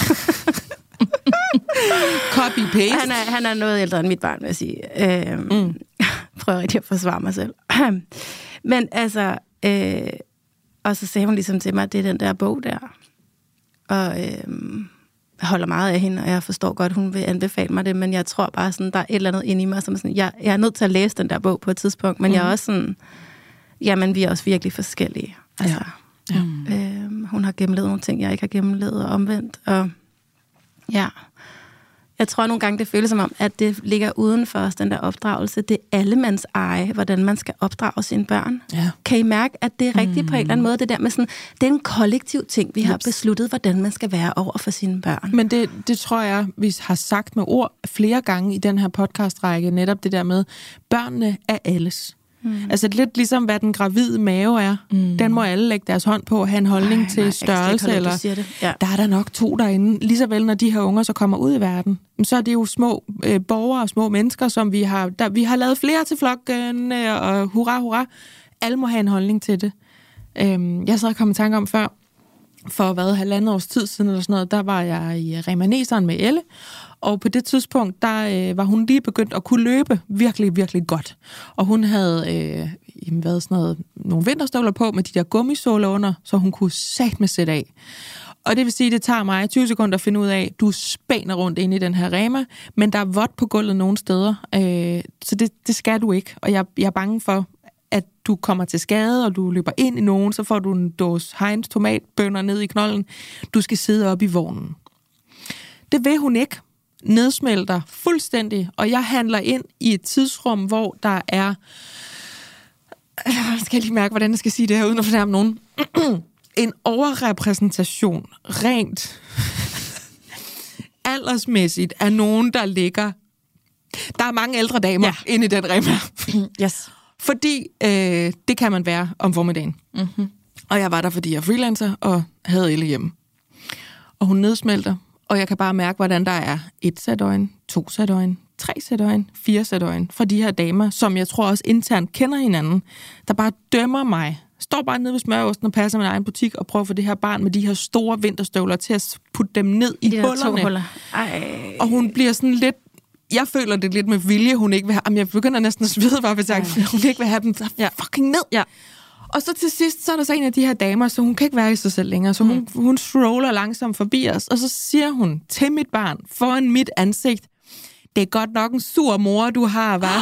Copy-paste. Han er, han er noget ældre end mit barn, vil jeg sige. Øhm, mm. Prøver rigtig at forsvare mig selv. Men altså, øh, og så sagde hun ligesom til mig, at det er den der bog der. Og øhm, jeg holder meget af hende, og jeg forstår godt, hun vil anbefale mig det, men jeg tror bare sådan, der er et eller andet inde i mig, som sådan, jeg, jeg er nødt til at læse den der bog på et tidspunkt, men mm. jeg er også sådan, jamen vi er også virkelig forskellige. Altså, ja. Ja. Øhm, hun har gennemlevet nogle ting, jeg ikke har gennemlevet, og omvendt, og ja, jeg tror nogle gange, det føles som om, at det ligger uden for os, den der opdragelse. Det er allemands eje, hvordan man skal opdrage sine børn. Ja. Kan I mærke, at det er rigtigt mm. på en eller anden måde? Det der med sådan, det er en kollektiv ting, vi har besluttet, hvordan man skal være over for sine børn. Men det, det tror jeg, vi har sagt med ord flere gange i den her podcastrække, netop det der med, børnene er alles. Mm. Altså lidt ligesom, hvad den gravide mave er. Mm. Den må alle lægge deres hånd på og have en holdning nej, til nej, størrelse. Holde, eller ja. Der er der nok to derinde. Ligeså vel, når de her unger så kommer ud i verden, så er det jo små øh, borgere og små mennesker, som vi har... Der, vi har lavet flere til flokken, øh, og hurra, hurra. Alle må have en holdning til det. Øhm, jeg sad og kom i tanke om før, for hvad, halvandet års tid siden eller sådan noget, der var jeg i Remaneseren med Elle, og på det tidspunkt, der øh, var hun lige begyndt at kunne løbe virkelig, virkelig godt. Og hun havde øh, jamen, været sådan noget, nogle vinterstøvler på med de der gummisåler under, så hun kunne satme sætte af. Og det vil sige, det tager mig tyve sekunder at finde ud af, du spænder rundt ind i den her Rema, men der er vådt på gulvet nogle steder, øh, så det, det skal du ikke. Og jeg, jeg er bange for, at du kommer til skade, og du løber ind i nogen, så får du en dåse Heinz tomatbønner ned i knolden. Du skal sidde op i vognen. Det vil hun ikke. Nedsmelter fuldstændig, og jeg handler ind i et tidsrum, hvor der er... Jeg skal lige mærke, hvordan jeg skal sige det her, uden at fornærme nogen. En overrepræsentation, rent aldersmæssigt, af nogen, der ligger... Der er mange ældre damer ja. inde i den Rema. Yes. Fordi øh, det kan man være om formiddagen. Mm-hmm. Og jeg var der, fordi jeg er freelancer og havde Elle hjemme. Og hun nedsmelter, og jeg kan bare mærke, hvordan der er et sæt øjne, to sæt øjne, tre sæt øjne, fire sæt øjne fra de her damer, som jeg tror også internt kender hinanden, der bare dømmer mig. Står bare nede ved smørosten og passer min egen butik og prøver at få det her barn med de her store vinterstøvler til at putte dem ned i, i de hullerne. To huller. Ej. Og hun bliver sådan lidt... Jeg føler det lidt med vilje, hun ikke vil have... Jamen, jeg begynder næsten at svede bare, hvis jeg ja. hun ikke vil have dem ja. fucking ned. Ja. Og så til sidst, så er der så en af de her damer, så hun kan ikke være i sig selv længere, så hun, mm. hun stroller langsomt forbi os, og så siger hun til mit barn, foran mit ansigt, det er godt nok en sur mor, du har, hva'?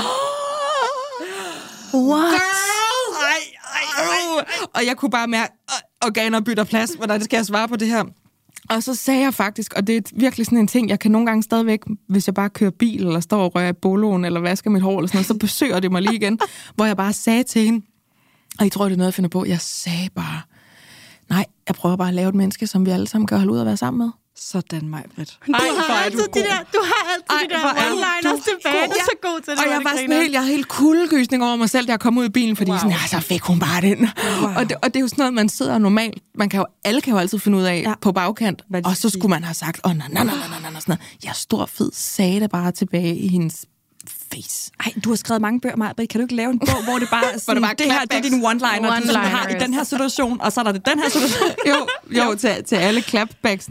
What? Ej, ej, ej, ej. Og jeg kunne bare mærke, organer bytter plads, hvordan skal jeg svare på det her? Og så sagde jeg faktisk, og det er virkelig sådan en ting, jeg kan nogle gange stadigvæk, hvis jeg bare kører bil, eller står og rører i boloen, eller vasker mit hår, eller sådan noget, så besøger det mig lige igen, hvor jeg bare sagde til hende, og jeg tror, det er noget, jeg finder på, jeg sagde bare, nej, jeg prøver bare at lave et menneske, som vi alle sammen kan holde ud at være sammen med. Sådan, Maj-Britt. Du har altid de der, du har altid Ej, de der one-liners tilbage. Du er så god til det. Og jeg var sådan helt, jeg havde helt kuldegysning over mig selv, da jeg kom ud i bilen, fordi wow. sådan, ja, så fik hun bare den. Wow. Og, det, og det er jo sådan noget, man sidder normalt, man kan jo, alle kan jo altid finde ud af ja. på bagkant, og så skulle man have sagt, åh, oh, nej, nej, nej, nej, nej, sådan noget. Jeg stor fed sagde det bare tilbage i hendes face. Ej, du har skrevet mange bøger, Maj-Britt. Kan du ikke lave en bog, hvor det bare er sådan, det, bare det her, det er din one-liner, one du har i den her situation, og så er der det, den her situation. jo, jo til, til alle clapbacksene der.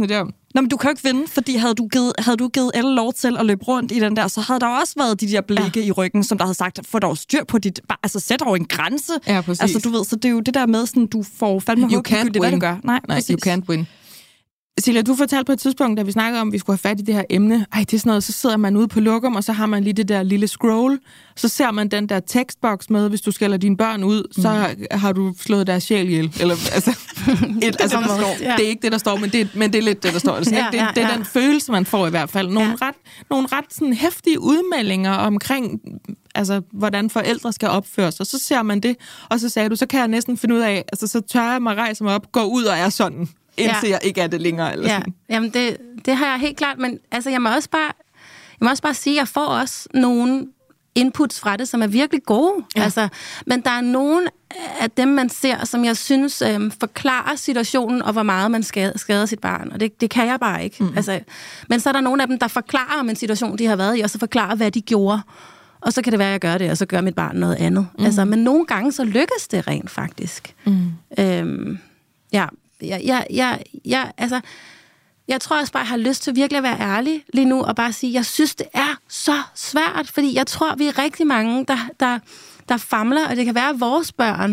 Nå, men du kan jo ikke vinde, fordi havde du givet, havde du givet Elle lov til at løbe rundt i den der, så havde der også været de der blikke ja. i ryggen, som der havde sagt, få dog styr på dit... Bare, altså, sæt over en grænse. Ja, præcis. Altså, du ved, så det er jo det der med, sådan, du får fandme håb, det hvad du gør. Nej, Nej you can't win. Silja, du fortalte på et tidspunkt, da vi snakkede om, at vi skulle have fat i det her emne. Ej, det er sådan noget, så sidder man ude på lokum, og så har man lige det der lille scroll. Så ser man den der tekstboks med, hvis du skælder dine børn ud, mm. så har du slået deres sjæl ihjel. Eller, altså, et, altså, det, står. Ja. Det er ikke det, der står, men det, men det er lidt det, der står. Altså, ja, det, ja, det er ja. den følelse, man får i hvert fald. Nogle ja. ret, nogle ret sådan, heftige udmeldinger omkring, altså, hvordan forældre skal opføre sig. Så ser man det, og så sagde du, så kan jeg næsten finde ud af, altså, så tør jeg mig rejse mig op, gå ud og er sådan. Indtil ja. jeg ikke er det længere. Eller ja. sådan. Jamen, det, det har jeg helt klart, men altså, jeg må også bare, jeg må også bare sige, at jeg får også nogle inputs fra det, som er virkelig gode. Ja. Altså, men der er nogle af dem, man ser, som jeg synes øhm, forklarer situationen, og hvor meget man skader, skader sit barn. Og det, det kan jeg bare ikke. Mm. Altså, men så er der nogle af dem, der forklarer om en situation, de har været i, og så forklarer, hvad de gjorde. Og så kan det være, at jeg gør det, og så gør mit barn noget andet. Mm. Altså, men nogle gange, så lykkes det rent faktisk. Mm. Øhm, ja, Jeg, jeg, jeg, jeg, altså, jeg tror også bare, jeg har lyst til virkelig at være ærlig lige nu, og bare sige, jeg synes, det er så svært, fordi jeg tror, vi er rigtig mange, der, der, der famler, og det kan være, at vores børn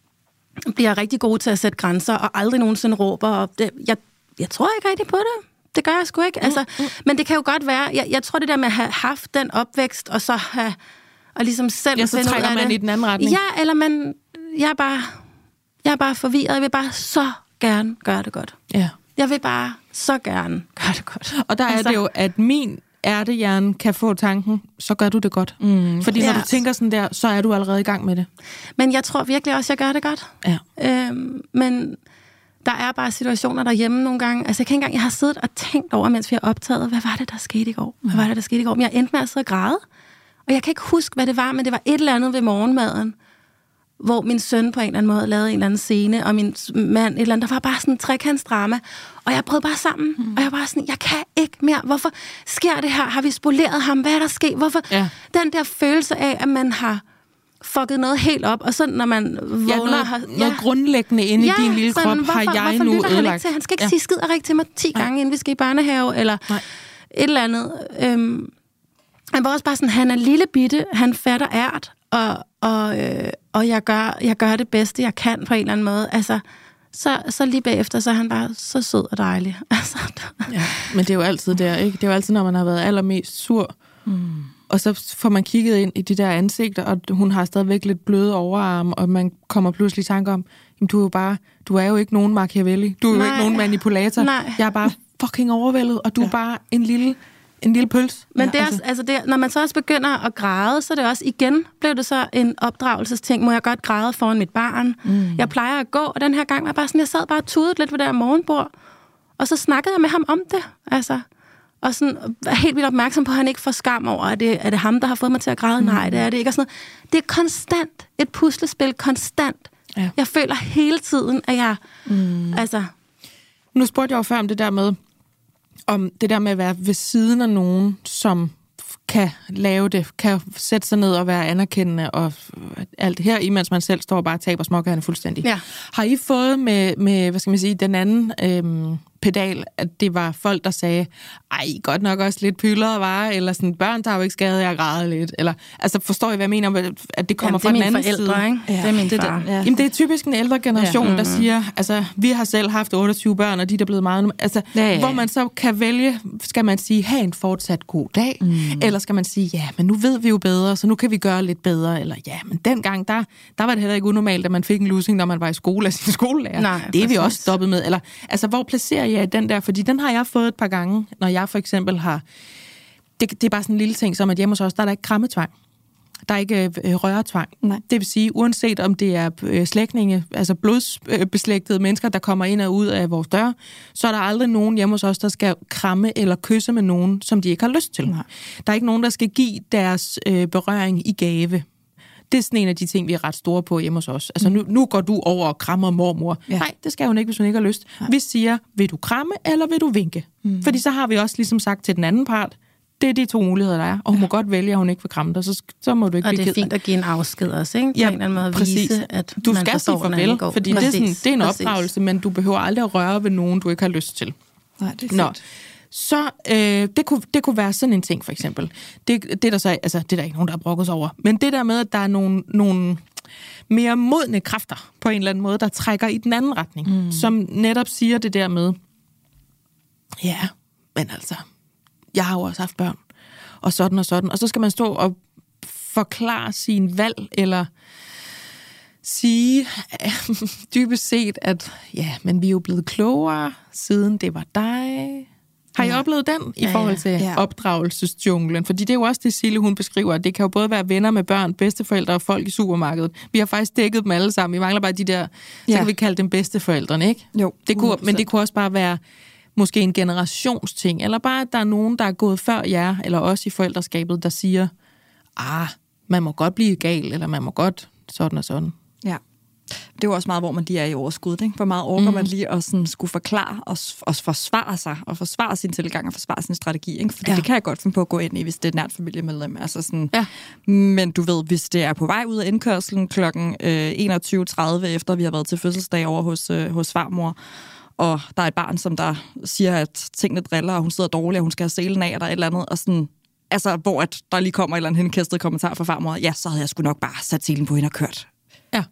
bliver rigtig gode til at sætte grænser, og aldrig nogensinde råber, og det, jeg, jeg tror ikke rigtig på det. Det gør jeg sgu ikke. Altså, mm, mm. Men det kan jo godt være, jeg, jeg tror det der med at have haft den opvækst, og så have, og ligesom selv ja, så finde trækker ud af man det. i den anden retning. Ja, eller man, jeg er bare, jeg er bare forvirret, jeg vil bare så gerne gøre det godt. Ja. Jeg vil bare så gerne gøre det godt. Og der altså, er det jo, at min ærtehjerne kan få tanken, så gør du det godt. Mm. Fordi når ja. du tænker sådan der, så er du allerede i gang med det. Men jeg tror virkelig også, jeg gør det godt. Ja. Øhm, men der er bare situationer derhjemme nogle gange. Altså jeg kan ikke engang, jeg har siddet og tænkt over, mens vi har optaget, hvad var det, der skete i går? Hvad var det, der skete i går? Men jeg endte med at sidde og græde. Og jeg kan ikke huske, hvad det var, men det var et eller andet ved morgenmaden, hvor min søn på en eller anden måde lavede en eller anden scene, og min mand et eller andet, der var bare sådan en trekantsdrama, og jeg brød bare sammen, mm. og jeg var bare sådan, jeg kan ikke mere, hvorfor sker det her, har vi spoleret ham, hvad er der sket, hvorfor, ja. Den der følelse af, at man har fucket noget helt op, og så når man vågner... Ja, noget, har, noget ja, grundlæggende inde ja, i din lille sådan, krop, hvorfor, har jeg nu ødelagt. Han, han skal ikke ja. sige skid og rig til mig ti Nej. gange, inden vi skal i børnehave, eller Nej. et eller andet. Øhm, han var også bare sådan, han er lille bitte, han fatter ært, og, og, øh, og jeg, gør, jeg gør det bedste, jeg kan på en eller anden måde. Altså, så, så lige bagefter, så er han bare så sød og dejlig. Altså, ja, men det er jo altid der, ikke? Det er jo altid, når man har været allermest sur, mm. og så får man kigget ind i de der ansigter, og hun har stadigvæk lidt bløde overarm, og man kommer pludselig i tanke om, jamen, du er jo bare, du er jo ikke nogen Machiavelli, du er Nej. jo ikke nogen manipulator. Nej. Jeg er bare fucking overvældet, og du ja. er bare en lille... En lille pøls. Men det er, altså, altså det, når man så også begynder at græde, så er det også igen, blev det så en opdragelsesting. Må jeg godt græde foran mit barn? Mm. Jeg plejer at gå, og den her gang var jeg bare sådan, jeg sad bare og tudede lidt ved det her morgenbord, og så snakkede jeg med ham om det. Altså, og sådan var helt vildt opmærksom på, at han ikke får skam over, at det er det ham, der har fået mig til at græde. Mm. Nej, det er det ikke. Og sådan noget. Det er konstant. Et puslespil, konstant. Ja. Jeg føler hele tiden, at jeg... Mm. Altså... Nu spurgte jeg jo før om det der med, om det der med at være ved siden af nogen, som kan lave det, kan sætte sig ned og være anerkendende og alt det her, imens man selv står og bare taber småkagerne fuldstændig. Ja. Har I fået med, med, hvad skal man sige, den anden øhm, pedal, at det var folk, der sagde, ej, godt nok også lidt pyldrede var, eller sådan, børn, der har jo ikke skadet, jeg græder lidt, eller, altså forstår I, hvad jeg mener, at det kommer Jamen, det fra den anden forældre, side? Ikke? Ja, det er min det far. Ja. Jamen, det er typisk en ældre generation, ja. mm-hmm. der siger, altså, vi har selv haft otteogtyve børn, og de der er blevet meget, altså, ja, ja. hvor man så kan vælge, skal man sige, have en fortsat god dag, mm. eller skal man sige, ja, men nu ved vi jo bedre, så nu kan vi gøre lidt bedre, eller ja, men dengang, der, der var det heller ikke unormalt, at man fik en lussing, når man var i skole af sin skolelærer. Nej, det er præcis. Vi også stoppet med, eller, altså, hvor placerer jeg den der, fordi den har jeg fået et par gange, når jeg for eksempel har... Det, det er bare sådan en lille ting, som at hjemme hos os, der er der ikke krammetvang. Der er ikke øh, røretvang. Nej. Det vil sige, uanset om det er øh, slægtninge, altså blodsbeslægtede mennesker, der kommer ind og ud af vores dør, så er der aldrig nogen hjemme hos os, der skal kramme eller kysse med nogen, som de ikke har lyst til. Nej. Der er ikke nogen, der skal give deres øh, berøring i gave. Det er sådan en af de ting, vi er ret store på hjemme hos os. Altså, nu, nu går du over og krammer mormor. Ja. Nej, det skal hun ikke, hvis hun ikke har lyst. Nej. Vi siger, vil du kramme, eller vil du vinke? Mm. Fordi så har vi også ligesom sagt til den anden part, det er de to muligheder, der er. Og hun må godt vælge, at hun ikke vil kramme dig, så, så må du ikke og blive ked. Og det er fint at give en afsked også, ikke? På ja, en eller anden måde præcis. Vise, at du man skal sige farvel, fordi præcis. det er, sådan, det er en opdragelse, men du behøver aldrig at røre ved nogen, du ikke har lyst til. Nej, det er fint. Nå. Så øh, det, kunne, det kunne være sådan en ting, for eksempel. Det, det, der så, altså, det er der ikke nogen, der har brokket sig over. Men det der med, at der er nogle, nogle mere modne kræfter, på en eller anden måde, der trækker i den anden retning. Mm. Som netop siger det der med, ja, men altså, jeg har jo også haft børn, og sådan og sådan. Og så skal man stå og forklare sin valg, eller sige dybest set, at ja, men vi er jo blevet klogere, siden det var dig. Har I ja. oplevet den i ja, forhold til ja. opdragelsesjunglen? Fordi det er jo også det, Sille, hun beskriver. Det kan jo både være venner med børn, bedsteforældre og folk i supermarkedet. Vi har faktisk dækket dem alle sammen. Vi mangler bare de der, ja. så kan vi kalde dem bedsteforældrene, ikke? Jo, det kunne, men det kunne også bare være måske en generationsting, eller bare, at der er nogen, der er gået før jer, eller også i forældreskabet, der siger, ah, man må godt blive gal, eller man må godt sådan og sådan. Ja. Det er jo også meget, hvor man lige er i overskud, ikke? Hvor meget orker mm. man lige at sådan skulle forklare og, og forsvare sig, og forsvare sin tilgang og forsvare sin strategi, ikke? Fordi ja. det kan jeg godt finde på at gå ind i, hvis det er et nært familiemedlem. Altså sådan, ja. Men du ved, hvis det er på vej ud af indkørslen klokken øh, enogtyve tredive, efter vi har været til fødselsdag over hos, øh, hos farmor, og der er et barn, som der siger, at tingene driller, og hun sidder dårligt, og hun skal have selen af, og der er et eller andet, og sådan, altså, hvor at der lige kommer et eller andet henkastet kommentar fra farmor, ja, så havde jeg sgu nok bare sat selen på hende og kørt. Ja.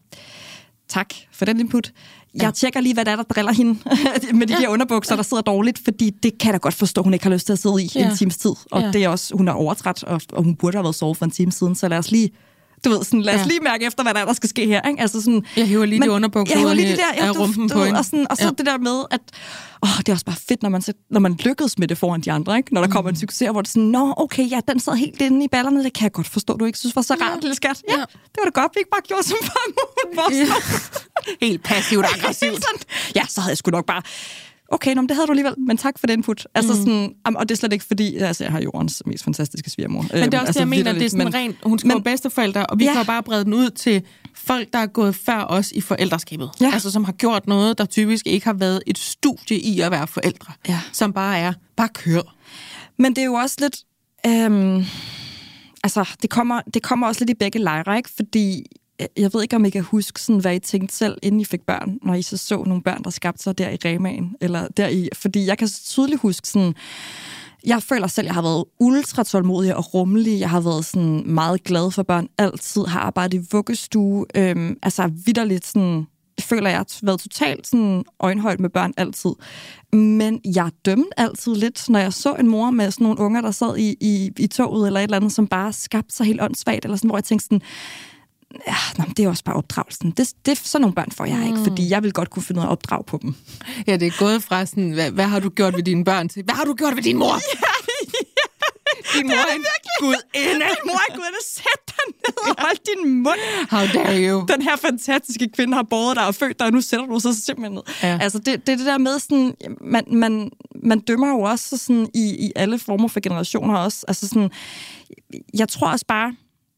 Tak for den input. Jeg ja. tjekker lige, hvad der er, der driller hende med de ja. her underbukser, der sidder dårligt, fordi det kan jeg da godt forstå, hun ikke har lyst til at sidde i ja. en times tid. Og ja. det er også, hun er overtræt, og, og hun burde have været sovet for en time siden, så lad os lige, du ved, sådan, lad os ja. lige mærke efter, hvad der er, der skal ske her. Ikke? Altså sådan, jeg hiver lige men, de underbukser ud af rumpen på hende. Og, sådan, og så ja. det der med, at åh, det er også bare fedt, når man, når man lykkes med det foran de andre, ikke? Når der mm. kommer en succes, hvor det er sådan, nå, okay, ja, den sad helt inde i ballerne, det kan jeg godt forstå, du ikke synes var så rart, ja. lille skat. Ja, ja, det var da godt, vi ikke bare gjorde som farmor. Ja. Helt passivt og aggressivt. Ja, så havde jeg sgu nok bare, okay, nå, men det havde du alligevel, men tak for den input. Altså mm. sådan, og det er slet ikke fordi, altså jeg har jordens mest fantastiske svigermor. Men det er også altså, det, jeg mener, det er sådan men, rent, hun skal men, bedsteforældre, og vi ja. kan bare brede den ud til folk, der er gået før os i forældreskabet. Ja. Altså som har gjort noget, der typisk ikke har været et studie i at være forældre. Ja. Som bare er, bare kør. Men det er jo også lidt, øhm, altså det kommer, det kommer også lidt i begge lejre, ikke? Fordi jeg ved ikke, om I kan huske, sådan, hvad I tænkte selv, inden I fik børn, når I så så nogle børn, der skabte sig der i Remaen, eller der i, fordi jeg kan så tydeligt huske sådan, jeg føler selv, jeg har været ultra tålmodig og rummelig, jeg har været sådan meget glad for børn, altid har arbejdet i vuggestue, øhm, altså vitterligt sådan, jeg føler, jeg har været totalt sådan øjenhøjt med børn altid, men jeg dømte altid lidt, når jeg så en mor med sådan nogle unger, der sad i, i, i toget, eller et eller andet, som bare skabte sig helt åndssvagt, eller sådan, hvor jeg tænkte sådan, ja, nå, det er også bare opdragelsen. Det, det, sådan nogle børn får jeg ikke, fordi jeg vil godt kunne finde noget at opdrage på dem. Ja, det er gået fra sådan, hvad, hvad har du gjort ved dine børn til, hvad har du gjort ved din mor? Ja, ja. Din mor er en gudinde. Din mor er gudinde. Sæt dig ned og hold din mund. How dare you? Den her fantastiske kvinde har båret dig og født dig, og nu sætter du så simpelthen ned. Ja. Altså, det, det er det der med sådan, man, man, man dømmer jo også sådan i, i alle former for generationer også. Altså sådan, jeg tror også bare,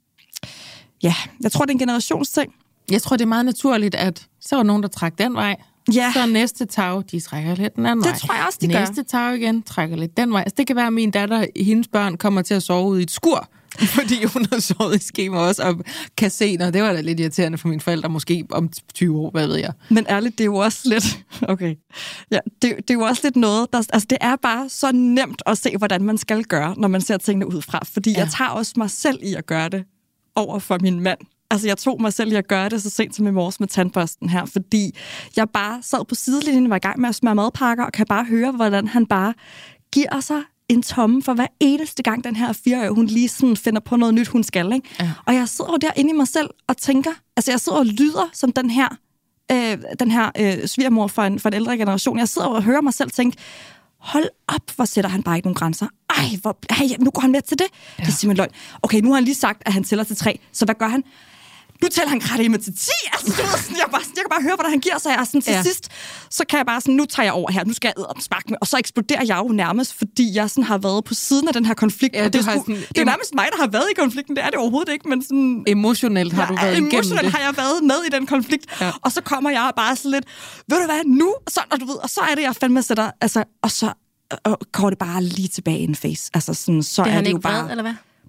ja, jeg tror, det er en generationsting. Jeg tror, det er meget naturligt, at så var nogen, der trak den vej. Ja. Så næste tag, de trækker lidt den anden det vej. Det tror jeg også, de næste gør. Næste tag igen, trækker lidt den vej. Altså, det kan være, at min datter, hendes børn, kommer til at sove ude i et skur, fordi hun har sovet i skema også, og kan se, når det var da lidt irriterende for mine forældre, måske om tyve år, hvad ved jeg. Men ærligt, det er jo også lidt, okay, ja, det, det er jo også lidt noget, der, altså det er bare så nemt at se, hvordan man skal gøre, når man ser tingene udefra, fordi ja. jeg tager også mig selv i at gøre det over for min mand. Altså, jeg tog mig selv i at gøre det så sent som i morges med tandbørsten her, fordi jeg bare sad på sidelinjen og var i gang med at smøre madpakker, og kan bare høre, hvordan han bare giver sig en tomme for hver eneste gang, den her fireårige, hun lige sådan finder på noget nyt, hun skal, ikke? Ja. Og jeg sidder jo derinde i mig selv og tænker, altså jeg sidder og lyder som den her, øh, den her øh, svigermor for en, for en ældre generation. Jeg sidder og hører mig selv tænke, hold op, hvor sætter han bare ikke nogen grænser. Ej, hvor, hey, nu går han med til det. Ja. Det er simpelthen løgn. Okay, nu har han lige sagt, at han tæller til tre, så hvad gør han? Nu tæller han kratte med til ti. Altså, du ved, sådan, jeg, bare, jeg kan bare høre, hvordan han giver sig. Jeg sådan, til ja. sidst, så kan jeg bare sådan, nu tager jeg over her, nu skal jeg æde sparke med, og så eksploderer jeg jo nærmest, fordi jeg sådan har været på siden af den her konflikt. Ja, og det, er sku, sådan, det er nærmest mig, der har været i konflikten. Det er det overhovedet ikke, men sådan... Emotionelt har du været igennem det. Emotionelt har jeg været med i den konflikt. Ja. Og så kommer jeg bare sådan lidt, ved du hvad, nu? Så, og, du ved, og så er det, jeg fandme sætter, altså, og så og går det bare lige tilbage i en face. Altså sådan, så det er det jo bare... Vred, eller hvad?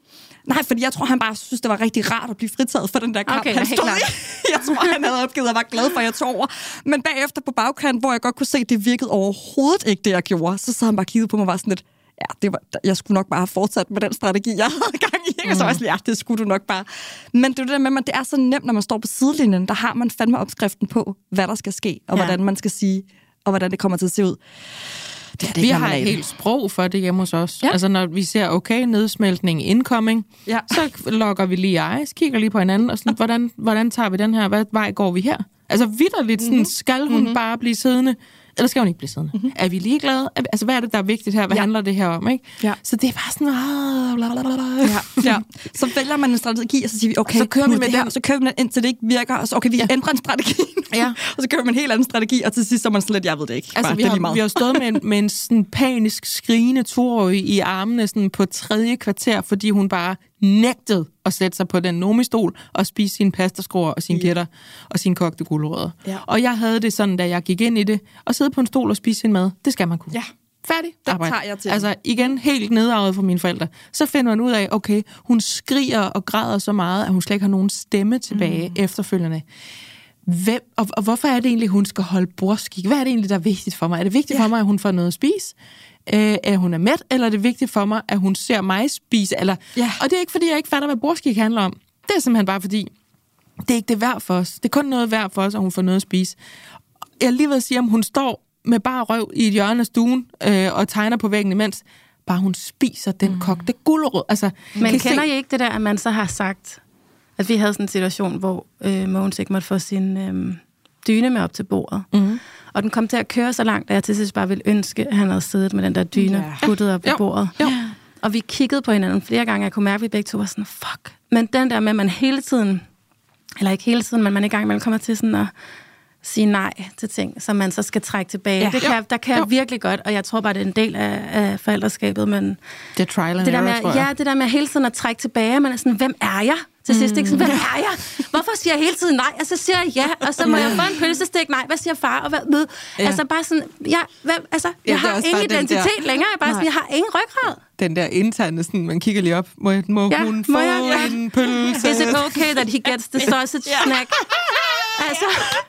Nej, fordi jeg tror, han bare synes, det var rigtig rart at blive fritaget for den der kamp, okay, han stod i. Jeg tror, han havde opgivet og var glad for, at jeg tog over. Men bagefter på bagkant, hvor jeg godt kunne se, at det virkede overhovedet ikke, det jeg gjorde, så sad han bare kigget på mig og var sådan lidt, ja, det var, jeg skulle nok bare have fortsat med den strategi, jeg havde gang i. Mm. Og så var jeg sådan, ja, det skulle du nok bare. Men det er det der med, at det er så nemt, når man står på sidelinjen, der har man fandme opskriften på, hvad der skal ske, og ja. hvordan man skal sige, og hvordan det kommer til at se ud. Det er det, vi har et helt sprog for det hjemme hos os. Ja. Altså, når vi ser, okay, nedsmeltning, incoming, ja. så logger vi lige ice, kigger lige på hinanden, og sådan, hvordan, hvordan tager vi den her? Hvad vej går vi her? Altså, vitterligt, sådan, mm-hmm. skal hun mm-hmm. bare blive siddende? Eller skal hun ikke blive siddende? Mm-hmm. Er vi ligeglade? Altså, hvad er det, der er vigtigt her? Hvad ja. handler det her om, ikke? Ja. Så det er bare sådan... Blablabla. Ja. Ja. Så vælger man en strategi, og så siger vi, okay, så kører vi med det her, og så kører vi den, indtil det ikke virker, og så okay, vi ja. ændrer en strategi. Ja. Og så kører vi en helt anden strategi, og til sidst så er man sådan lidt, jeg ved det ikke. Altså, bare, vi, det har, vi har stået med en, med en sådan panisk skrigende toårig i armene sådan på tredje kvarter, fordi hun bare nægtede at sætte sig på den nomistol og spise sine pastaskruer og sine gætter og sine kogte gulerødder. Ja. Og jeg havde det sådan, da jeg gik ind i det, og sidde på en stol og spise sin mad, det skal man kunne. Ja. Færdig. Det tager jeg til. Altså igen, helt nedarvet fra mine forældre. Så finder man ud af, okay, hun skriger og græder så meget, at hun slet ikke har nogen stemme tilbage mm. efterfølgende. Hvem, og, og hvorfor er det egentlig, hun skal holde bordskik? Hvad er det egentlig, der er vigtigt for mig? Er det vigtigt ja. for mig, at hun får noget at spise? Øh, at hun er mæt? Eller er det vigtigt for mig, at hun ser mig spise? Eller, ja. Og det er ikke, fordi jeg ikke fatter, hvad bordskik handler om. Det er simpelthen bare, fordi det er ikke det værd for os. Det er kun noget værd for os, at hun får noget at spise. Jeg lige ved at sige, om hun står med bare røv i et hjørne af stuen øh, og tegner på væggen imens, bare hun spiser den mm. kogte gulerod. Altså, men kan kender I ikke det der, at man så har sagt, at vi havde sådan en situation, hvor øh, Mogens ikke måtte få sin øh, dyne med op til bordet. Mm. Og den kom til at køre så langt, at jeg til sidst bare ville ønske, at han havde siddet med den der dyne yeah. puttet op på ja. bordet. Jo. Og vi kiggede på hinanden flere gange, jeg kunne mærke, at vi begge to var sådan, fuck. Men den der med, at man hele tiden, eller ikke hele tiden, men man i gang imellem kommer til sådan at sige nej til ting, som man så skal trække tilbage. Ja. Det kan, der kan jeg virkelig godt, og jeg tror bare, det er en del af, af forældreskabet, men det er trial and det der error, med, tror jeg. Ja, det der med hele tiden at trække tilbage, man er sådan, hvem er jeg? Til sidst, ikke? Så, hvem er jeg? Hvorfor siger jeg hele tiden nej? Og så siger jeg ja, og så må jeg få en pølsestik. Nej, hvad siger far? Og hvad med? Ja. Altså bare sådan, ja, hvem, altså, jeg ja, har ingen identitet der længere. Jeg, bare sådan, jeg har ingen ryggrad. Den der interne, sådan, man kigger lige op. Må, må ja, hun må få jeg, ja. en pølse? Is it okay that he gets the sausage snack? Altså,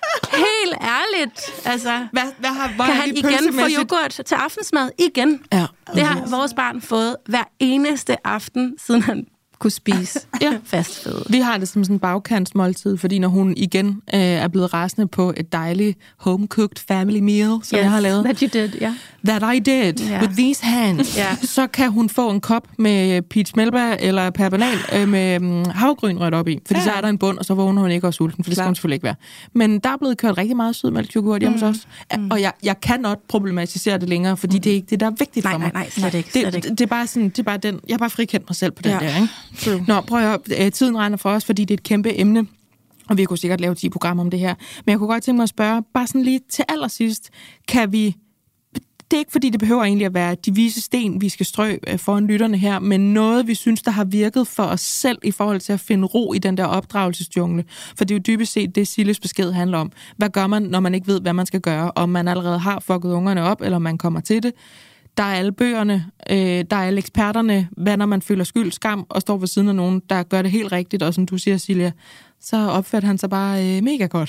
helt ærligt. Altså, hvad, hvad har, kan han igen få yoghurt til aftensmad? Igen. Ja. Det har vores barn fået hver eneste aften, siden han kunne spise ja. fast føde. Vi har det som sådan en bagkantsmåltid, fordi når hun igen øh, er blevet rasende på et dejligt home-cooked family meal, som yes, jeg har lavet. That you did, yeah. That I did, yeah. with these hands. Yeah. Så kan hun få en kop med peach melba eller per banan øh, med um, havregryn rødt op i, fordi ja. så er der en bund, og så vågner hun ikke også sulten, for det skal hun selvfølgelig ikke være. Men der er blevet kørt rigtig meget sødmælksyoghurt hjemme mm. hos os, mm. og jeg, jeg kan not problematisere det længere, fordi mm. det er ikke det, der er vigtigt nej, for mig. Nej, nej, slet ikke. Slet det, ikke. Det, det er bare sådan, det er bare den, jeg har bare frikendt mig selv på den ja. der, ikke? True. Nå, prøv at høre, tiden regner for os, fordi det er et kæmpe emne, og vi kunne sikkert lave ti programmer om det her. Men jeg kunne godt tænke mig at spørge, bare sådan lige til allersidst, kan vi... Det er ikke, fordi det behøver egentlig at være de vise sten, vi skal strø foran lytterne her, men noget, vi synes, der har virket for os selv i forhold til at finde ro i den der opdragelsesjungle. For det er jo dybest set det, Siljes besked handler om. Hvad gør man, når man ikke ved, hvad man skal gøre? Om man allerede har fucket ungerne op, eller om man kommer til det. Der er alle bøgerne, øh, der er alle eksperterne, hvad når man føler skyld, skam, og står ved siden af nogen, der gør det helt rigtigt, og som du siger, Silja, så opfører han sig bare øh, mega godt.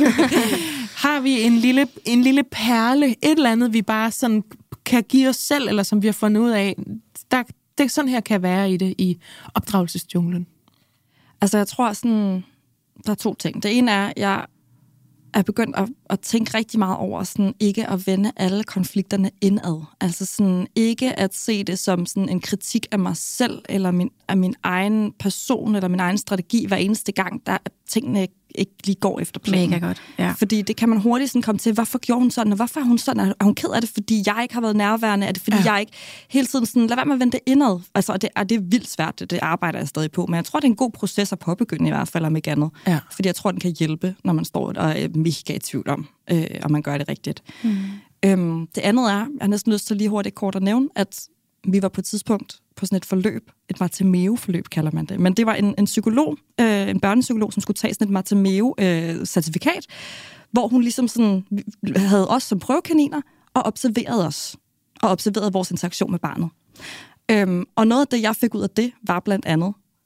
Har vi en lille, en lille perle, et eller andet, vi bare sådan kan give os selv, eller som vi har fundet ud af, der, det sådan her kan være i det, i opdragelsesjunglen? Altså, jeg tror sådan, der er to ting. Det ene er, jeg er begyndt at, at tænke rigtig meget over sådan ikke at vende alle konflikterne indad. Altså sådan ikke at se det som sådan en kritik af mig selv, eller min, af min egen person, eller min egen strategi hver eneste gang, der tingene ikke lige går efter planen. Mega godt, ja. Fordi det kan man hurtigt sådan komme til, hvorfor gjorde hun sådan, og hvorfor er hun sådan? Er hun ked af det, fordi jeg ikke har været nærværende? Er det, fordi ja. jeg ikke hele tiden sådan, lad være med at vende det indad? Altså, og det, og det er vildt svært, det, det arbejder jeg stadig på, men jeg tror, det er en god proces at påbegynde i hvert fald, om ikke andet. Ja. Fordi jeg tror, den kan hjælpe, når man står og er mega i tvivl om, øh, om man gør det rigtigt. Mm. Øhm, det andet er, jeg har næsten lyst til lige hurtigt kort at nævne, at vi var på et tidspunkt på sådan et forløb, et Bartimeo-forløb kalder man det, men det var en, en psykolog, øh, en børnepsykolog, som skulle tage sådan et Bartimeo-certifikat, øh, hvor hun ligesom sådan havde os som prøvekaniner og observerede os, og observerede vores interaktion med barnet. Øhm, og noget af det, jeg fik ud af det, var blandt andet,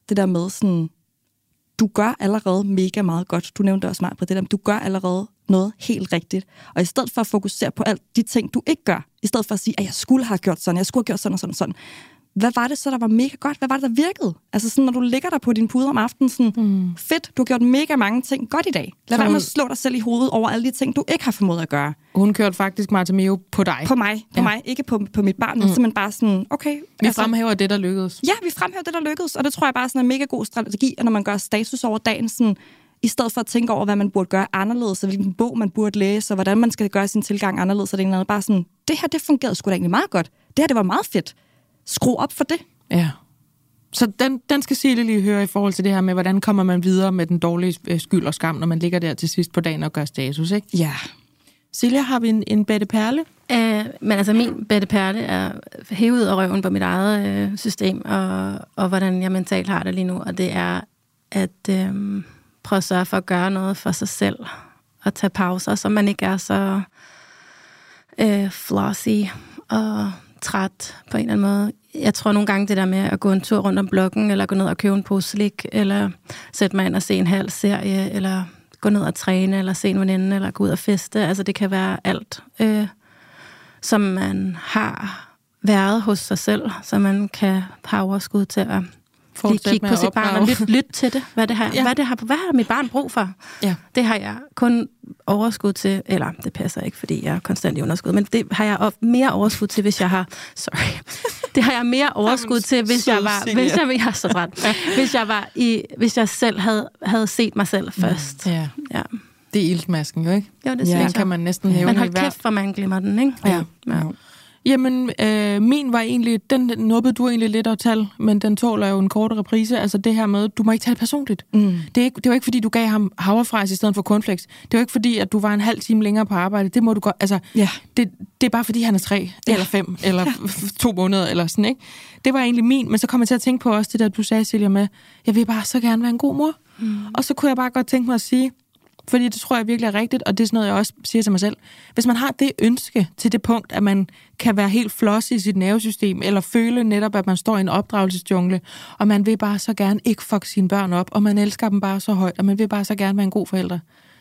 det der med sådan, du gør allerede mega meget godt. Du nævnte også meget på det der, du gør allerede noget helt rigtigt. Og i stedet for at fokusere på alt de ting, du ikke gør, i stedet for at sige, at jeg skulle have gjort sådan, jeg skulle have gjort sådan og sådan og sådan. Hvad var det så, der var mega godt? Hvad var det, der virkede? Altså sådan, når du ligger der på din pude om aftenen, sådan, mm. fedt, du har gjort mega mange ting godt i dag. Lad være med at slå dig selv i hovedet over alle de ting, du ikke har formået at gøre. Hun kørte faktisk Martha Meo på dig. På mig, på ja. mig. Ikke på, på mit barn, men mm. simpelthen bare sådan, okay. Vi altså, fremhæver det, der lykkedes. Ja, vi fremhæver det, der lykkedes, og det tror jeg bare er sådan en mega god strategi, at når man gør status over dagen, sådan, i stedet for at tænke over, hvad man burde gøre anderledes, og hvilken bog man burde læse, og hvordan man skal gøre sin tilgang anderledes, og det er bare sådan, det her, det fungerede sgu da egentlig meget godt. Det her, det var meget fedt. Skru op for det. Ja. Så den, den skal Silje lige høre i forhold til det her med, hvordan kommer man videre med den dårlige skyld og skam, når man ligger der til sidst på dagen og gør status, ikke? Ja. Silje, har vi en, en Bette Perle? Uh, men altså, min Bette Perle er hævet af røven på mit eget øh, system, og, og hvordan jeg mentalt har det lige nu, og det er at øh, prøve at sørge for at gøre noget for sig selv, og tage pauser, så man ikke er så øh, flossy og træt på en eller anden måde. Jeg tror nogle gange det der med at gå en tur rundt om blokken, eller gå ned og købe en pose slik, eller sætte mig ind og se en halv serie, eller gå ned og træne, eller se en veninde, eller gå ud og feste. Altså det kan være alt, øh, som man har været hos sig selv, så man kan have overskud til at lige kigge på sit barn og lytte, lytte til det. Hvad, det har, ja. hvad, det har, hvad har mit barn brug for? Ja. Det har jeg kun overskud til, eller det passer ikke, fordi jeg er konstant i underskud, men det har jeg mere overskud til, hvis jeg har, sorry, det har jeg mere overskud til, hvis jeg var, hvis jeg, jeg er så træt, hvis jeg var i, hvis jeg selv havde, havde set mig selv først. Ja. Ja. Det er iltmasken, jo ikke? Jo, det ja, synes kan man næsten hæve. Men hold kæft, for man glemmer den, ikke? Ja. ja. Jamen, øh, min var egentlig, den nubbede du egentlig lidt at tale, men den tåler jo en korte reprise. Altså det her med, du må ikke tale personligt. Mm. Det, er ikke, det var ikke, fordi du gav ham havrefrejs i stedet for cornflakes. Det var ikke, fordi at du var en halv time længere på arbejde. Det må du godt, altså, ja. det, det er bare, fordi han er tre, ja. eller fem, eller to måneder, eller sådan, ikke? Det var egentlig min, men så kom jeg til at tænke på også det der, du sagde, Silja, med, jeg vil bare så gerne være en god mor. Mm. Og så kunne jeg bare godt tænke mig at sige, fordi det tror jeg virkelig er rigtigt, og det er sådan noget, jeg også siger til mig selv. Hvis man har det ønske til det punkt, at man kan være helt flossy i sit nervesystem, eller føle netop, at man står i en opdragelsesjungle, og man vil bare så gerne ikke fuck sine børn op, og man elsker dem bare så højt, og man vil bare så gerne være en god forælder,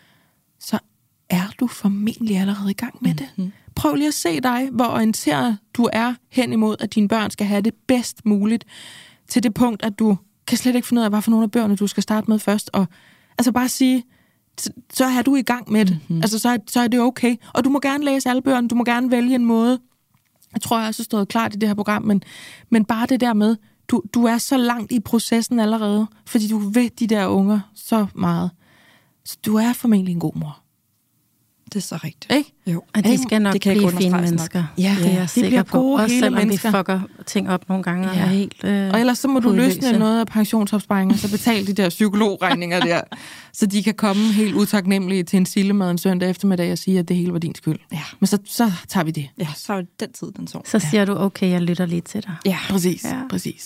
så er du formentlig allerede i gang med det. Mm-hmm. Prøv lige at se dig, hvor orienteret du er hen imod, at dine børn skal have det bedst muligt, til det punkt, at du kan slet ikke finde ud af, hvad for nogle af bøgerne, du skal starte med først, og altså bare sige, så er du i gang med det. Mm-hmm. Altså, så er, så er det okay. Og du må gerne læse alle bøgerne, du må gerne vælge en måde. Jeg tror, jeg også har stået klart i det her program, men, men bare det der med, du, du er så langt i processen allerede, fordi du ved de der unger så meget. Så du er formentlig en god mor. Det er så rigtigt. Ikke? Jo. Og de skal nok blive fine mennesker. Ja, det er jeg sikker på. Gode, også selvom mennesker. vi fucker ting op nogle gange. Ja. Og, er helt, øh, og ellers så må du løsne noget af pensionsopsparinger, så betal de der psykologregninger der, så de kan komme helt utaknemmelige til en sillemad en søndag eftermiddag og sige, at det hele var din skyld. Ja. Men så, så tager vi det. Ja, så er den tid, den sår. Så siger ja. du, okay, jeg lytter lige til dig. Ja, præcis. Ja. præcis.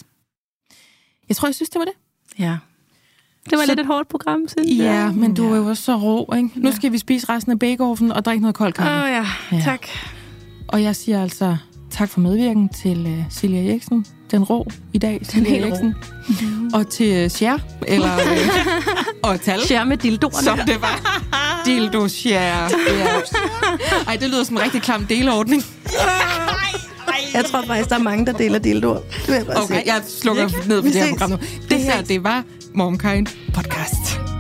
Jeg tror, jeg synes, det var det. Ja. Det var så, lidt et hårdt program, synes jeg. Ja, men du er jo også så rå, ikke? Nu skal vi spise resten af bake-offen og drikke noget koldt kaffe. Åh oh, ja. ja, tak. Og jeg siger altså tak for medvirken til uh, Silja Eriksen, den rå i dag, Silja Eriksen. Mm-hmm. Og til uh, Cher, eller uh, og Tal. Cher med dildoerne. Som det var. Dildo Cher. Ej, det lyder som en rigtig klam delordning. Jeg tror faktisk, der er mange, der deler dildoer. Okay, jeg slukker ned på det her program nu. Det her, det var MomKind Podcast.